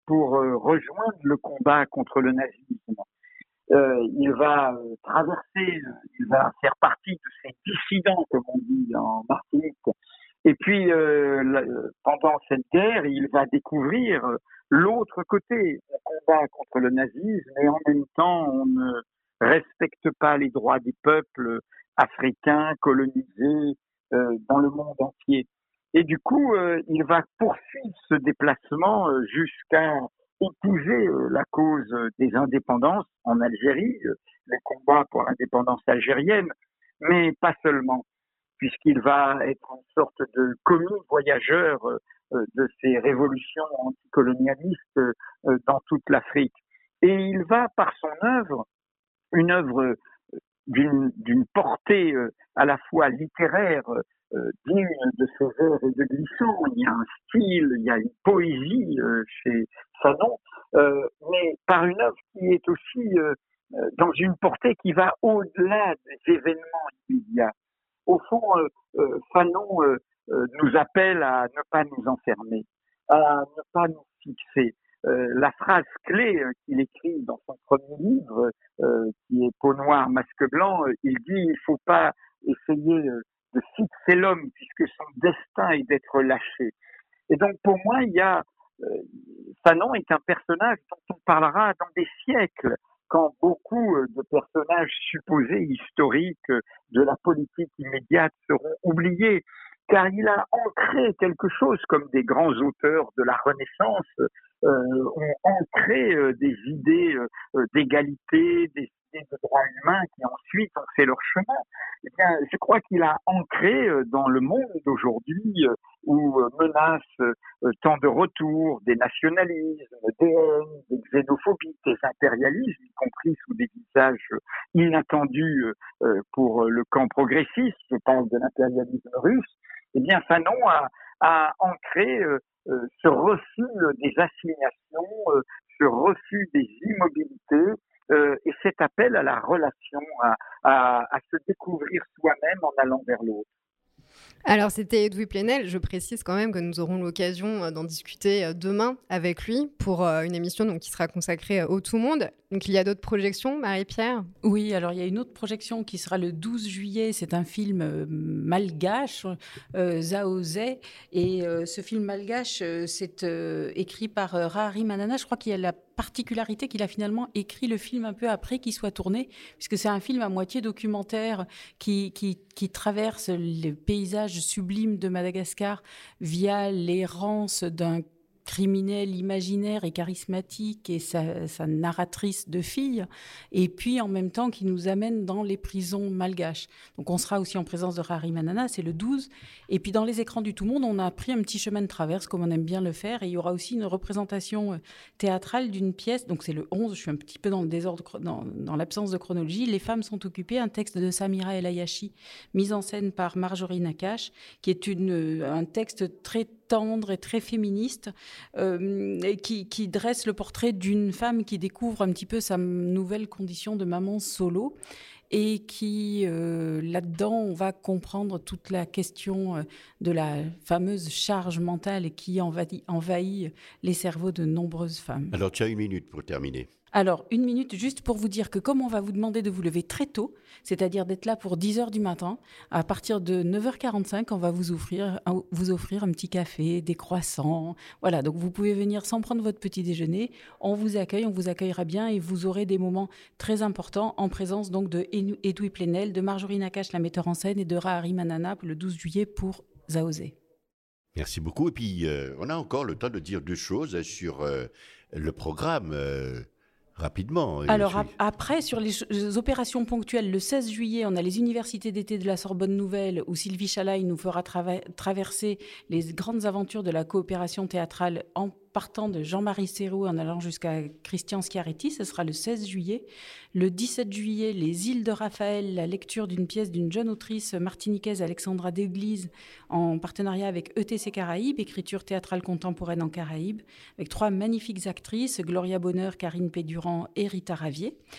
pour euh, rejoindre le combat contre le nazisme. Euh, il va euh, traverser, euh, il va faire partie de ces dissidents, comme on dit en Martinique. Et puis, euh, la, pendant cette guerre, il va découvrir l'autre côté. On combat contre le nazisme, et en même temps, on ne respecte pas les droits des peuples africains colonisés euh, dans le monde entier. Et du coup, euh, il va poursuivre ce déplacement euh, jusqu'à épouser euh, la cause des indépendances en Algérie, euh, le combat pour l'indépendance algérienne, mais pas seulement, puisqu'il va être une sorte de commis voyageur euh, de ces révolutions anticolonialistes euh, dans toute l'Afrique. Et il va, par son œuvre, une œuvre d'une, d'une portée euh, à la fois littéraire, euh, digne de ses vers et de Glissant. Il y a un style, il y a une poésie euh, chez Fanon, euh, mais par une œuvre qui est aussi euh, dans une portée qui va au-delà des événements immédiats. Au fond, euh, euh, Fanon euh, euh, nous appelle à ne pas nous enfermer, à ne pas nous fixer. Euh, la phrase clé euh, qu'il écrit dans son premier livre, euh, qui est Peau noire, masque blanc, euh, il dit il faut pas essayer euh, de fixer l'homme puisque son destin est d'être lâché. Et donc pour moi, il y a euh, Fanon est un personnage dont on parlera dans des siècles, quand beaucoup de personnages supposés historiques de la politique immédiate seront oubliés, car il a ancré quelque chose comme des grands auteurs de la Renaissance euh, ont ancré euh, des idées euh, d'égalité, des idées de droits humains qui ensuite ont fait leur chemin. Eh bien, je crois qu'il a ancré euh, dans le monde d'aujourd'hui euh, où euh, menacent euh, tant de retours, des nationalismes, des haines, des xénophobies, des impérialismes, y compris sous des visages euh, inattendus euh, pour le camp progressiste, je parle de l'impérialisme russe. Eh bien, Fanon a, a ancré euh, euh, ce refus des assignations, euh, ce refus des immobilités euh, et cet appel à la relation, à, à, à se découvrir soi-même en allant vers l'autre. Alors, c'était Edoui Plenel. Je précise quand même que nous aurons l'occasion d'en discuter demain avec lui pour une émission donc, qui sera consacrée au tout monde. Donc, il y a d'autres projections, Marie-Pierre ? Oui, alors il y a une autre projection qui sera le douze juillet. C'est un film euh, malgache, euh, Zaozé. Et euh, ce film malgache, euh, c'est euh, écrit par euh, Rahari Manana. Je crois qu'il y a la particularité qu'il a finalement écrit le film un peu après qu'il soit tourné, puisque c'est un film à moitié documentaire qui, qui, qui traverse le paysage sublime de Madagascar via l'errance d'un criminel imaginaire et charismatique et sa, sa narratrice de fille, et puis en même temps qui nous amène dans les prisons malgaches. Donc on sera aussi en présence de Rahari Manana, c'est le douze, et puis dans les écrans du Tout Monde, on a pris un petit chemin de traverse comme on aime bien le faire, et il y aura aussi une représentation théâtrale d'une pièce, donc c'est le onze, je suis un petit peu dans le désordre, dans, dans l'absence de chronologie, Les femmes sont occupées, un texte de Samira El Ayachi, mis en scène par Marjorie Nakache, qui est une, un texte très tendre et très féministe, euh, et qui, qui dresse le portrait d'une femme qui découvre un petit peu sa nouvelle condition de maman solo, et qui, euh, là-dedans, on va comprendre toute la question de la fameuse charge mentale qui envahit, envahit les cerveaux de nombreuses femmes. Alors, tu as une minute pour terminer. Alors, une minute juste pour vous dire que comme on va vous demander de vous lever très tôt, c'est-à-dire d'être là pour dix heures du matin, à partir de neuf heures quarante-cinq, on va vous offrir, vous offrir un petit café, des croissants. Voilà, donc vous pouvez venir sans prendre votre petit déjeuner. On vous accueille, on vous accueillera bien et vous aurez des moments très importants en présence donc de Edoui Plenel, de Marjorie Nakache, la metteur en scène, et de Rahari Manana le douze juillet pour Zaozé. Merci beaucoup. Et puis, euh, on a encore le temps de dire deux choses sur euh, le programme. Euh Rapidement. Alors ap- après, sur les, ch- les opérations ponctuelles, le seize juillet, on a les universités d'été de la Sorbonne Nouvelle où Sylvie Chalaï nous fera trava- traverser les grandes aventures de la coopération théâtrale en partant de Jean-Marie Serrault en allant jusqu'à Christian Schiaretti. Ce sera le seize juillet. Le dix-sept juillet, Les îles de Raphaël, la lecture d'une pièce d'une jeune autrice martiniquaise, Alexandra Deglise, en partenariat avec E T C Caraïbes, écriture théâtrale contemporaine en Caraïbes, avec trois magnifiques actrices, Gloria Bonheur, Karine Pédurand et Rita Ravier.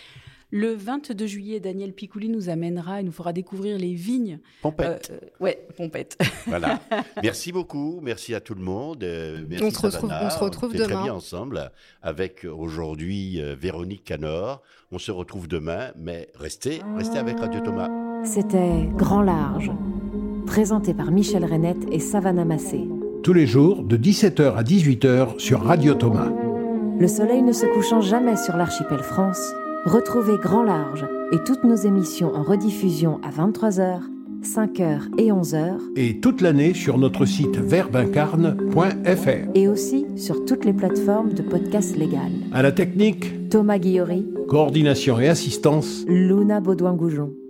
Le vingt-deux juillet, Daniel Picouli nous amènera et nous fera découvrir les vignes. Pompette. Euh, ouais, Pompette. Voilà. Merci beaucoup. Merci à tout le monde. Euh, merci on, se retrouve, Savannah. on se retrouve on était demain. très bien ensemble avec aujourd'hui euh, Véronique Canor. On se retrouve demain, mais restez, restez avec Radio Thomas. C'était Grand Large, présenté par Michel Rennette et Savannah Massé. Tous les jours, de dix-sept heures à dix-huit heures sur Radio Thomas. Le soleil ne se couchant jamais sur l'archipel France, retrouvez Grand Large et toutes nos émissions en rediffusion à vingt-trois heures, cinq heures et onze heures. Et toute l'année sur notre site verbe incarne point f r. Et aussi sur toutes les plateformes de podcasts légales. À la technique, Thomas Guillory, coordination et assistance, Luna Baudouin-Goujon.